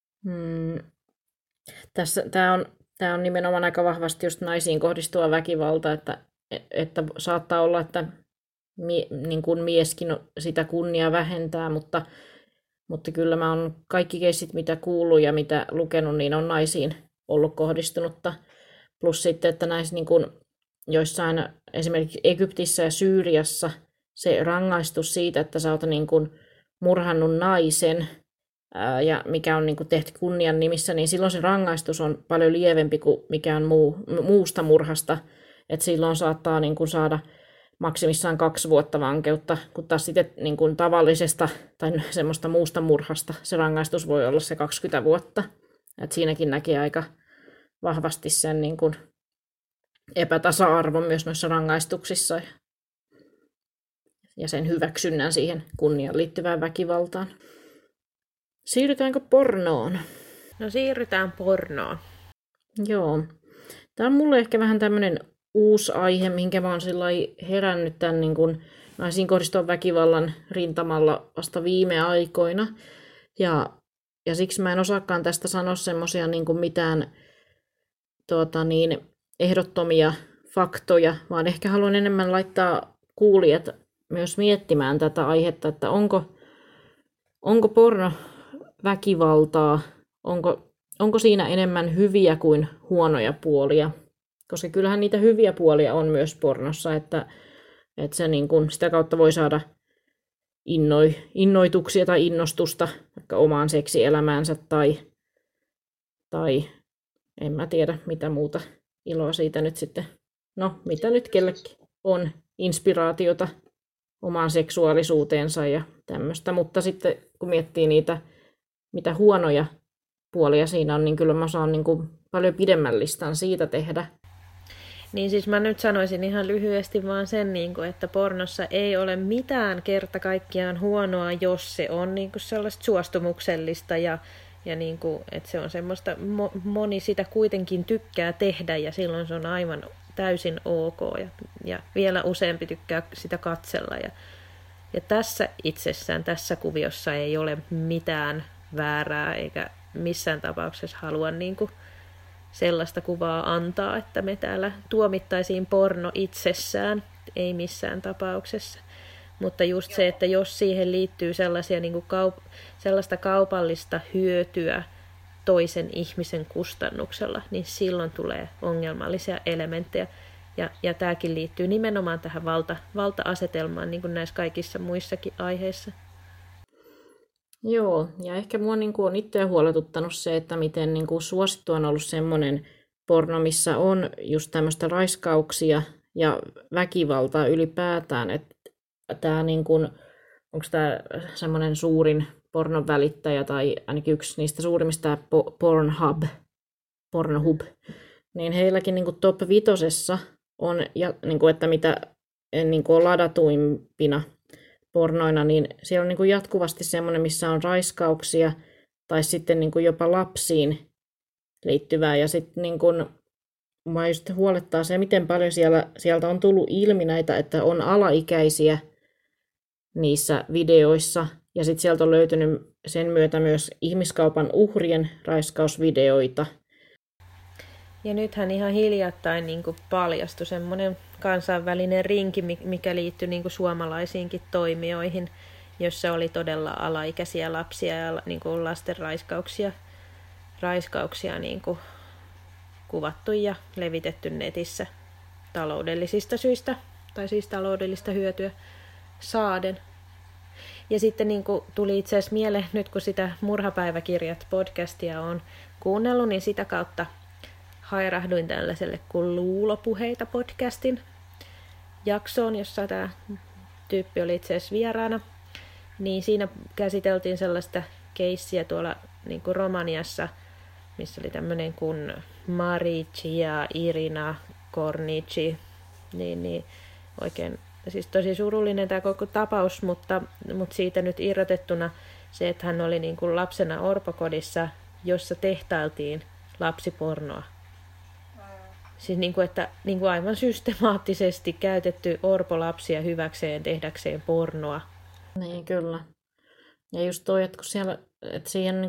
Tämä on nimenomaan aika vahvasti just naisiin kohdistuva väkivalta, että saattaa olla, että niin kuin mieskin sitä kunniaa vähentää, mutta kyllä mä oon kaikki keissit, mitä kuullut ja mitä lukenut, niin on naisiin ollut kohdistunutta. Plus sitten, että näissä niin kuin joissain esimerkiksi Egyptissä ja Syyriassa se rangaistus siitä, että sä oot niin kuin murhannut naisen, ja mikä on niin kuin tehty kunnian nimissä, niin silloin se rangaistus on paljon lievempi kuin mikään muusta murhasta. että silloin saattaa niin kuin saada maksimissaan 2 vuotta vankeutta, kun taas sitten niin kuin tavallisesta tai semmoista muusta murhasta se rangaistus voi olla se 20 vuotta. Et siinäkin näkee aika vahvasti sen niin kuin epätasa-arvon myös noissa rangaistuksissa ja sen hyväksynnän siihen kunniaan liittyvään väkivaltaan. Siirrytäänkö pornoon? No siirrytään pornoon. Joo. Tämä on mulle ehkä vähän tämmöinen uusi aihe, minkä mä oon herännyt tämän niin kuin naisiin kohdistuvan väkivallan rintamalla vasta viime aikoina. Ja siksi mä en osaakaan tästä sanoa semmoisia niin kuin mitään ehdottomia faktoja, vaan ehkä haluan enemmän laittaa kuulijat myös miettimään tätä aihetta, että onko porno väkivaltaa, onko siinä enemmän hyviä kuin huonoja puolia. Koska kyllähän niitä hyviä puolia on myös pornossa, että se niin kuin sitä kautta voi saada innoituksia tai innostusta vaikka omaan seksielämäänsä tai en mä tiedä mitä muuta iloa siitä nyt sitten. No, mitä nyt kellekin on inspiraatiota omaan seksuaalisuuteensa ja tämmöistä. Mutta sitten kun miettii niitä, mitä huonoja puolia siinä on, niin kyllä mä saan niin kuin paljon pidemmän listan siitä tehdä. Niin siis mä nyt sanoisin ihan lyhyesti vaan sen, että pornossa ei ole mitään kerta kaikkiaan huonoa, jos se on sellaista suostumuksellista ja että se on semmoista, moni sitä kuitenkin tykkää tehdä ja silloin se on aivan täysin ok ja vielä useampi tykkää sitä katsella. Ja tässä itsessään, tässä kuviossa ei ole mitään väärää eikä missään tapauksessa halua sellaista kuvaa antaa, että me täällä tuomittaisiin porno itsessään, ei missään tapauksessa. Mutta just se, että jos siihen liittyy sellaisia, sellaista kaupallista hyötyä toisen ihmisen kustannuksella, niin silloin tulee ongelmallisia elementtejä. Ja tämäkin liittyy nimenomaan tähän valta-asetelmaan, niin kuin näissä kaikissa muissakin aiheissa. Joo, ja ehkä mua on itseä huoletuttanut se, että miten suosittu on ollut semmoinen porno, missä on just tämmöistä raiskauksia ja väkivaltaa ylipäätään. Että tämä onko tämä semmoinen suurin pornon välittäjä tai ainakin yksi niistä suurimmista Pornhub, niin heilläkin top 5 on, ja, että mitä on ladatuimpina pornoina, niin siellä on jatkuvasti semmoinen, missä on raiskauksia tai sitten jopa lapsiin liittyvää. Ja sitten mua just huolettaa se, miten paljon sieltä on tullut ilmi näitä, että on alaikäisiä niissä videoissa. Ja sitten sieltä on löytynyt sen myötä myös ihmiskaupan uhrien raiskausvideoita. Ja nythän ihan hiljattain paljastui semmoinen kansainvälinen rinki, mikä liittyi suomalaisiinkin toimijoihin, jossa oli todella alaikäisiä lapsia ja lasten raiskauksia kuvattu ja levitetty netissä taloudellisista syistä, tai siis taloudellista hyötyä saaden. Ja sitten tuli itse asiassa mieleen, nyt kun sitä Murhapäiväkirjat podcastia on kuunnellut, niin sitä kautta hairahduin tällaiselle kuin Luulopuheita podcastin jaksoon, jossa tämä tyyppi oli itse asiassa vieraana. Niin siinä käsiteltiin sellaista keissiä tuolla Romaniassa, missä oli tämmöinen kuin Marici ja Irina Kornici. Niin oikein, siis tosi surullinen tämä koko tapaus, mutta siitä nyt irrotettuna se, että hän oli lapsena orpokodissa, jossa tehtailtiin lapsipornoa. Siis että aivan systemaattisesti käytetty orpolapsia hyväkseen tehdäkseen pornoa. Niin, kyllä. Ja just toi, että kun siellä, että siihen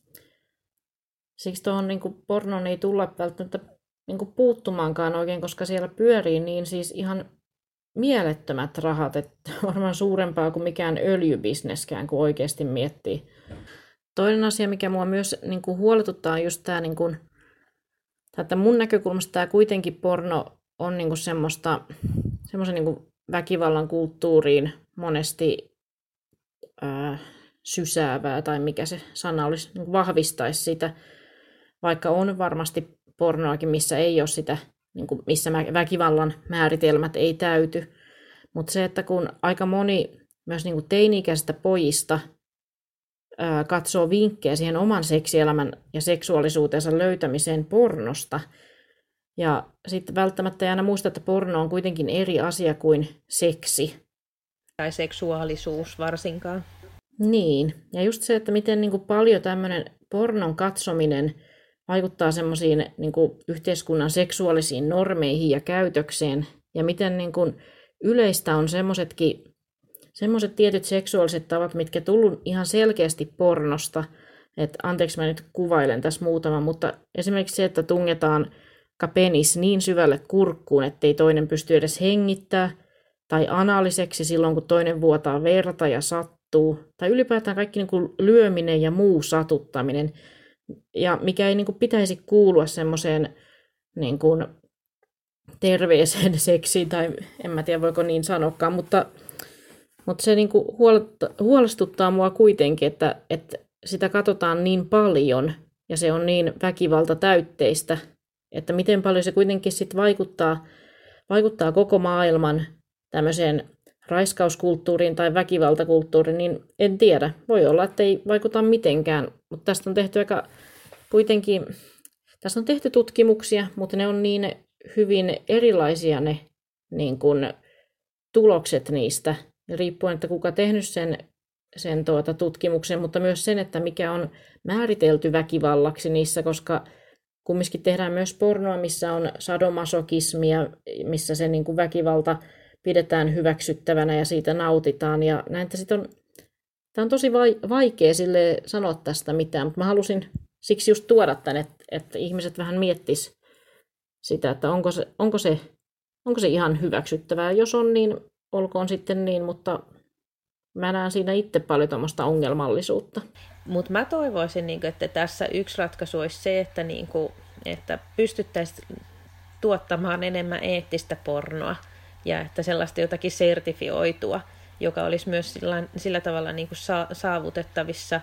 siksi tuohon pornoon ei tulla välttämättä puuttumaankaan oikein, koska siellä pyörii niin siis ihan mielettömät rahat, että varmaan suurempaa kuin mikään öljybisneskään, kun oikeasti miettii. Toinen asia, mikä mua myös huoletuttaa, on just tämä, että mun näkökulmasta tämä kuitenkin porno on semmoisen väkivallan kulttuuriin monesti sysäävää, tai mikä se sana olisi, vahvistaisi sitä, vaikka on varmasti pornoakin, missä ei ole sitä, missä väkivallan määritelmät ei täyty. Mutta se, että kun aika moni myös teini-ikäisistä pojista katsoo vinkkejä siihen oman seksielämän ja seksuaalisuutensa löytämiseen pornosta, ja sitten välttämättä ei aina muista, että porno on kuitenkin eri asia kuin seksi. Tai seksuaalisuus varsinkaan. Niin, ja just se, että miten paljon tämmöinen pornon katsominen vaikuttaa semmoisiin yhteiskunnan seksuaalisiin normeihin ja käytökseen, ja miten yleistä on semmoiset tietyt seksuaaliset tavat, mitkä tullut ihan selkeästi pornosta. Että anteeksi, mä nyt kuvailen tässä muutama, mutta esimerkiksi se, että tungetaan penis niin syvälle kurkkuun, ettei toinen pysty edes hengittää, tai analiseksi silloin, kun toinen vuotaa verta ja sattuu, tai ylipäätään kaikki niin kuin lyöminen ja muu satuttaminen, ja mikä ei niin kuin pitäisi kuulua semmoiseen niin kuin terveeseen seksiin, tai en mä tiedä voiko niin sanokaan, mutta se niin kuin huolestuttaa mua kuitenkin, että sitä katsotaan niin paljon, ja se on niin väkivaltatäytteistä, että miten paljon se kuitenkin sit vaikuttaa koko maailman tämmöiseen raiskauskulttuuriin tai väkivaltakulttuuriin, niin en tiedä. Voi olla, että ei vaikuta mitenkään, mutta tästä on tehty aika kuitenkin, tässä on tehty tutkimuksia, mutta ne on niin hyvin erilaisia ne niin kuin, tulokset niistä, riippuen, että kuka tehnyt sen tutkimuksen, mutta myös sen, että mikä on määritelty väkivallaksi niissä, koska kumminkin tehdään myös pornoa, missä on sadomasokismia, missä se niin kuin väkivalta pidetään hyväksyttävänä ja siitä nautitaan. Ja näin, että tämä on tosi vaikea sille sanoa tästä mitään, mutta mä halusin siksi just tuoda tämän, että ihmiset vähän miettis sitä, että onko se ihan hyväksyttävää. Jos on, niin olkoon sitten niin, mutta mä näen siinä itse paljon tuommoista ongelmallisuutta. Mutta mä toivoisin, että tässä yksi ratkaisu olisi se, että pystyttäisiin tuottamaan enemmän eettistä pornoa ja että sellaista jotakin sertifioitua, joka olisi myös sillä tavalla saavutettavissa,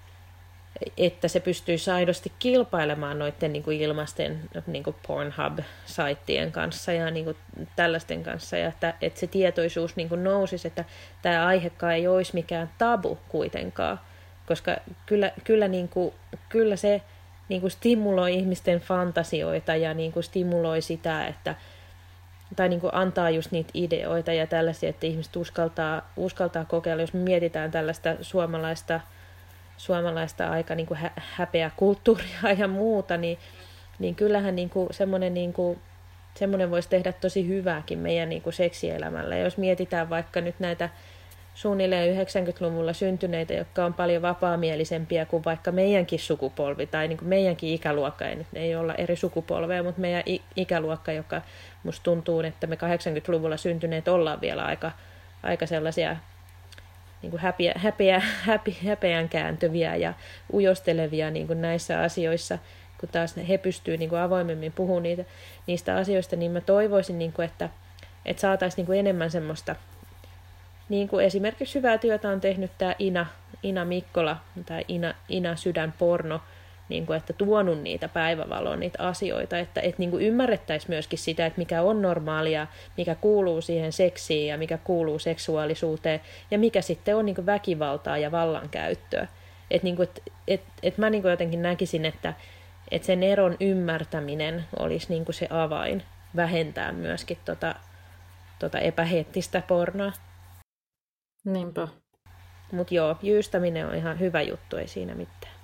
että se pystyisi aidosti kilpailemaan noiden ilmaisten Pornhub-saittien kanssa ja tällaisten kanssa, ja että se tietoisuus nousisi, että tämä aihekaan ei olisi mikään tabu kuitenkaan, koska kyllä se stimuloi ihmisten fantasioita ja stimuloi sitä, tai antaa just niitä ideoita ja tällaisia, että ihmiset uskaltaa kokeilla. Jos me mietitään tällaista suomalaista aika häpeäkulttuuria ja muuta, niin kyllähän semmoinen voisi tehdä tosi hyvääkin meidän seksielämällä. Ja jos mietitään vaikka nyt näitä suunnilleen 90-luvulla syntyneitä, jotka on paljon vapaamielisempiä kuin vaikka meidänkin sukupolvi tai meidänkin ikäluokka, ei olla eri sukupolveja, mutta meidän ikäluokka, joka musta tuntuu, että me 80-luvulla syntyneet ollaan vielä aika sellaisia häpeän kääntyviä ja ujostelevia näissä asioissa, kun taas he pystyvät avoimemmin puhumaan niistä asioista, niin mä toivoisin, että saataisiin enemmän semmoista, esimerkiksi hyvää työtä on tehnyt tämä Ina Mikkola tai Ina Sydänporno, että tuonut niitä päivävaloon, niitä asioita, että ymmärrettäisiin myöskin sitä, että mikä on normaalia, mikä kuuluu siihen seksiin ja mikä kuuluu seksuaalisuuteen ja mikä sitten on väkivaltaa ja vallankäyttöä. Että mä jotenkin näkisin, että sen eron ymmärtäminen olisi se avain vähentää myöskin tota epäheettistä pornoa. Niinpä. Mutta joo, jyystäminen on ihan hyvä juttu, ei siinä mitään.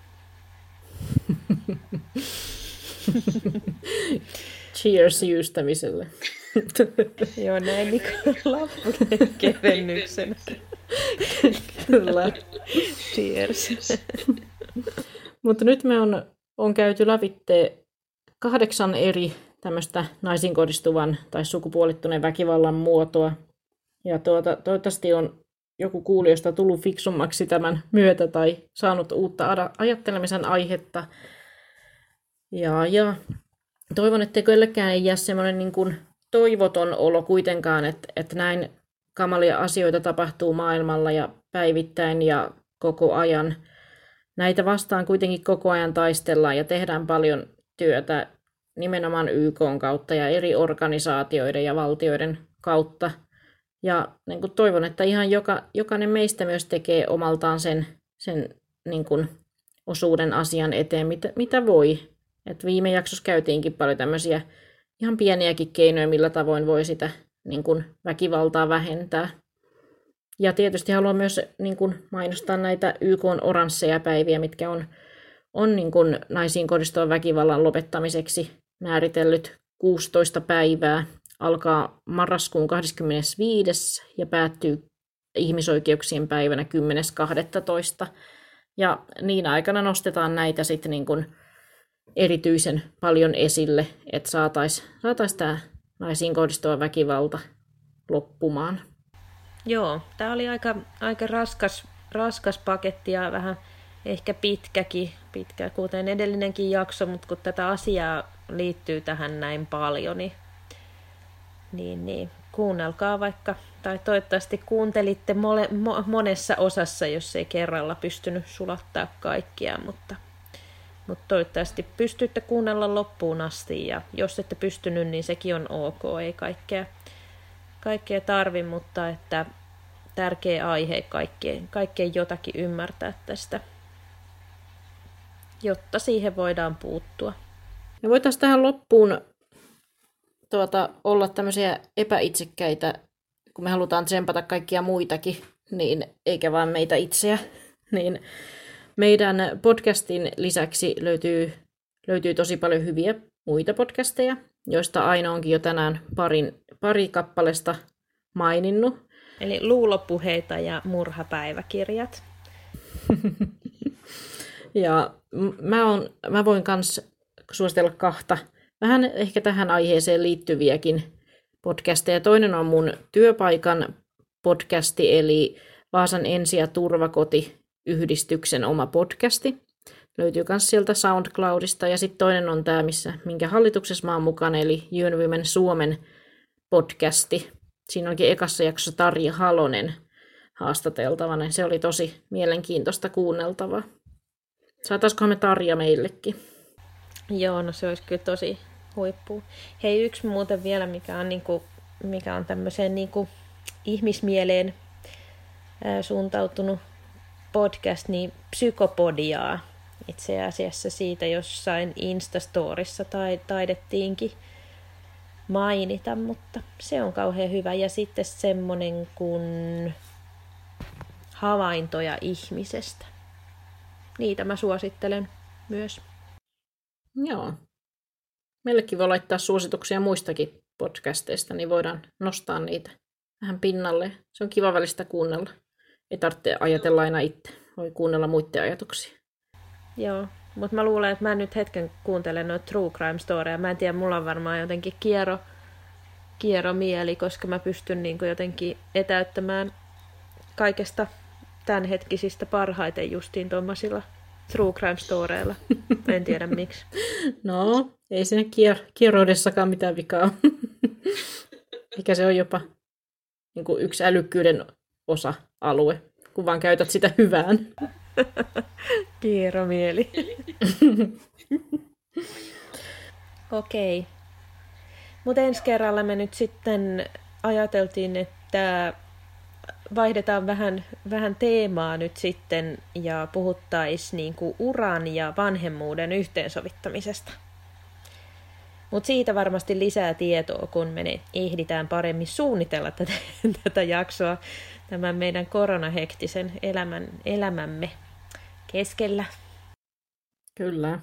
Cheers jyystämiselle. Joo, näin lappukevennyksenä. Kyllä. Cheers. Mutta nyt me on käyty lävitse 8 eri tämmöistä naisiin kohdistuvan tai sukupuolittuneen väkivallan muotoa. Ja toivottavasti on joku kuulijoista tullut fiksummaksi tämän myötä tai saanut uutta ajattelemisen aihetta. Ja toivon, että kellekään ei jää semmoinen niin kuin toivoton olo kuitenkaan, että näin kamalia asioita tapahtuu maailmalla ja päivittäin ja koko ajan. Näitä vastaan kuitenkin koko ajan taistellaan ja tehdään paljon työtä nimenomaan YK:n kautta ja eri organisaatioiden ja valtioiden kautta. Ja niin kuin toivon, että ihan jokainen meistä myös tekee omaltaan sen niin kuin osuuden asian eteen, mitä voi. Et viime jaksossa käytiinkin paljon tämmöisiä ihan pieniäkin keinoja, millä tavoin voi sitä niin kuin väkivaltaa vähentää. Ja tietysti haluan myös niin kuin mainostaa näitä YK:n oransseja päiviä, mitkä on niin kuin naisiin kohdistuvan väkivallan lopettamiseksi määritellyt 16 päivää. Alkaa marraskuun 25. ja päättyy ihmisoikeuksien päivänä 10.12. Ja niin aikana nostetaan näitä sitten niin kuin erityisen paljon esille, että saataisiin tämä naisiin kohdistuva väkivalta loppumaan. Joo, tämä oli aika raskas paketti ja vähän ehkä pitkä, kuten edellinenkin jakso, mutta kun tätä asiaa liittyy tähän näin paljon, niin kuunnelkaa vaikka, tai toivottavasti kuuntelitte monessa osassa, jos ei kerralla pystynyt sulattaa kaikkia, mutta toivottavasti pystytte kuunnella loppuun asti, ja jos ette pystynyt, niin sekin on ok, ei kaikkea tarvi, mutta että tärkeä aihe kaikkeen jotakin ymmärtää tästä, jotta siihen voidaan puuttua. Me voitaisiin tähän loppuun olla tämmöisiä epäitsekkäitä, kun me halutaan tsempata kaikkia muitakin, niin eikä vaan meitä itseä, niin meidän podcastin lisäksi löytyy tosi paljon hyviä muita podcasteja, joista Aino onkin jo tänään pari kappalesta maininnut. Eli luulopuheita ja murhapäiväkirjat. Ja mä voin myös suositella kahta vähän ehkä tähän aiheeseen liittyviäkin podcasteja. Toinen on mun työpaikan podcasti, eli Vaasan ensi- ja turvakoti-yhdistyksen oma podcasti. Löytyy myös sieltä SoundCloudista. Ja sitten toinen on tämä, minkä hallituksessa mä oon mukana, eli UN Women Suomen podcasti. Siinä onkin ekassa jaksossa Tarja Halonen haastateltavana. Se oli tosi mielenkiintoista kuunneltavaa. Saataisikohan me Tarja meillekin? Joo, no se olisi kyllä tosi huippu. Hei, yksi muuten vielä, mikä on tämmöiseen ihmismieleen suuntautunut podcast, niin Psykopodiaa. Itse asiassa siitä jossain Instastorissa taidettiinkin mainita, mutta se on kauhean hyvä. Ja sitten semmonen kuin havaintoja ihmisestä. Niitä mä suosittelen myös. Joo. Meillekin voi laittaa suosituksia muistakin podcasteista, niin voidaan nostaa niitä vähän pinnalle. Se on kiva välistä kuunnella. Ei tarvitse ajatella aina itse. Voi kuunnella muiden ajatuksia. Joo, mutta mä luulen, että mä nyt hetken kuuntelen noita true crime storeja. Mä en tiedä, mulla on varmaan jotenkin kiero mieli, koska mä pystyn jotenkin etäyttämään kaikesta tämänhetkisistä parhaiten justiin tuommoisilla true crime storeilla. En tiedä miksi. No, ei siinä kieroudessakaan mitään vikaa. Eikä se ole jopa yksi älykkyyden osa-alue, kun vaan käytät sitä hyvään. Kieromieli. Okei. Mutta ensi kerralla me nyt sitten ajateltiin, että vaihdetaan vähän teemaa nyt sitten ja puhuttaisiin uran ja vanhemmuuden yhteensovittamisesta. Mutta siitä varmasti lisää tietoa, kun me ehditään paremmin suunnitella tätä jaksoa tämän meidän koronahektisen elämämme keskellä. Kyllä.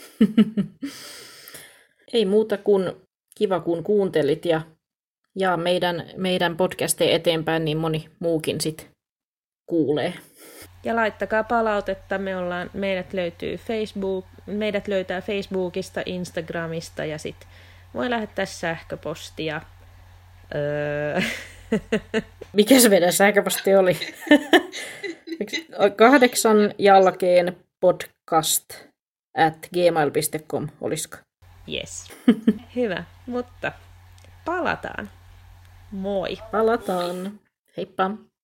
Ei muuta kuin kiva, kun kuuntelit ja meidän podcasteja eteenpäin, niin moni muukin sit kuulee. Ja laittakaa palautetta. Meidät löytää Facebookista, Instagramista ja sitten voi lähettää sähköpostia. Mikä se meidän sähköposti oli? 8 jälkeen podcast@gmail.com olisiko? Yes. Hyvä, mutta palataan. Moi. Palataan. Heippa.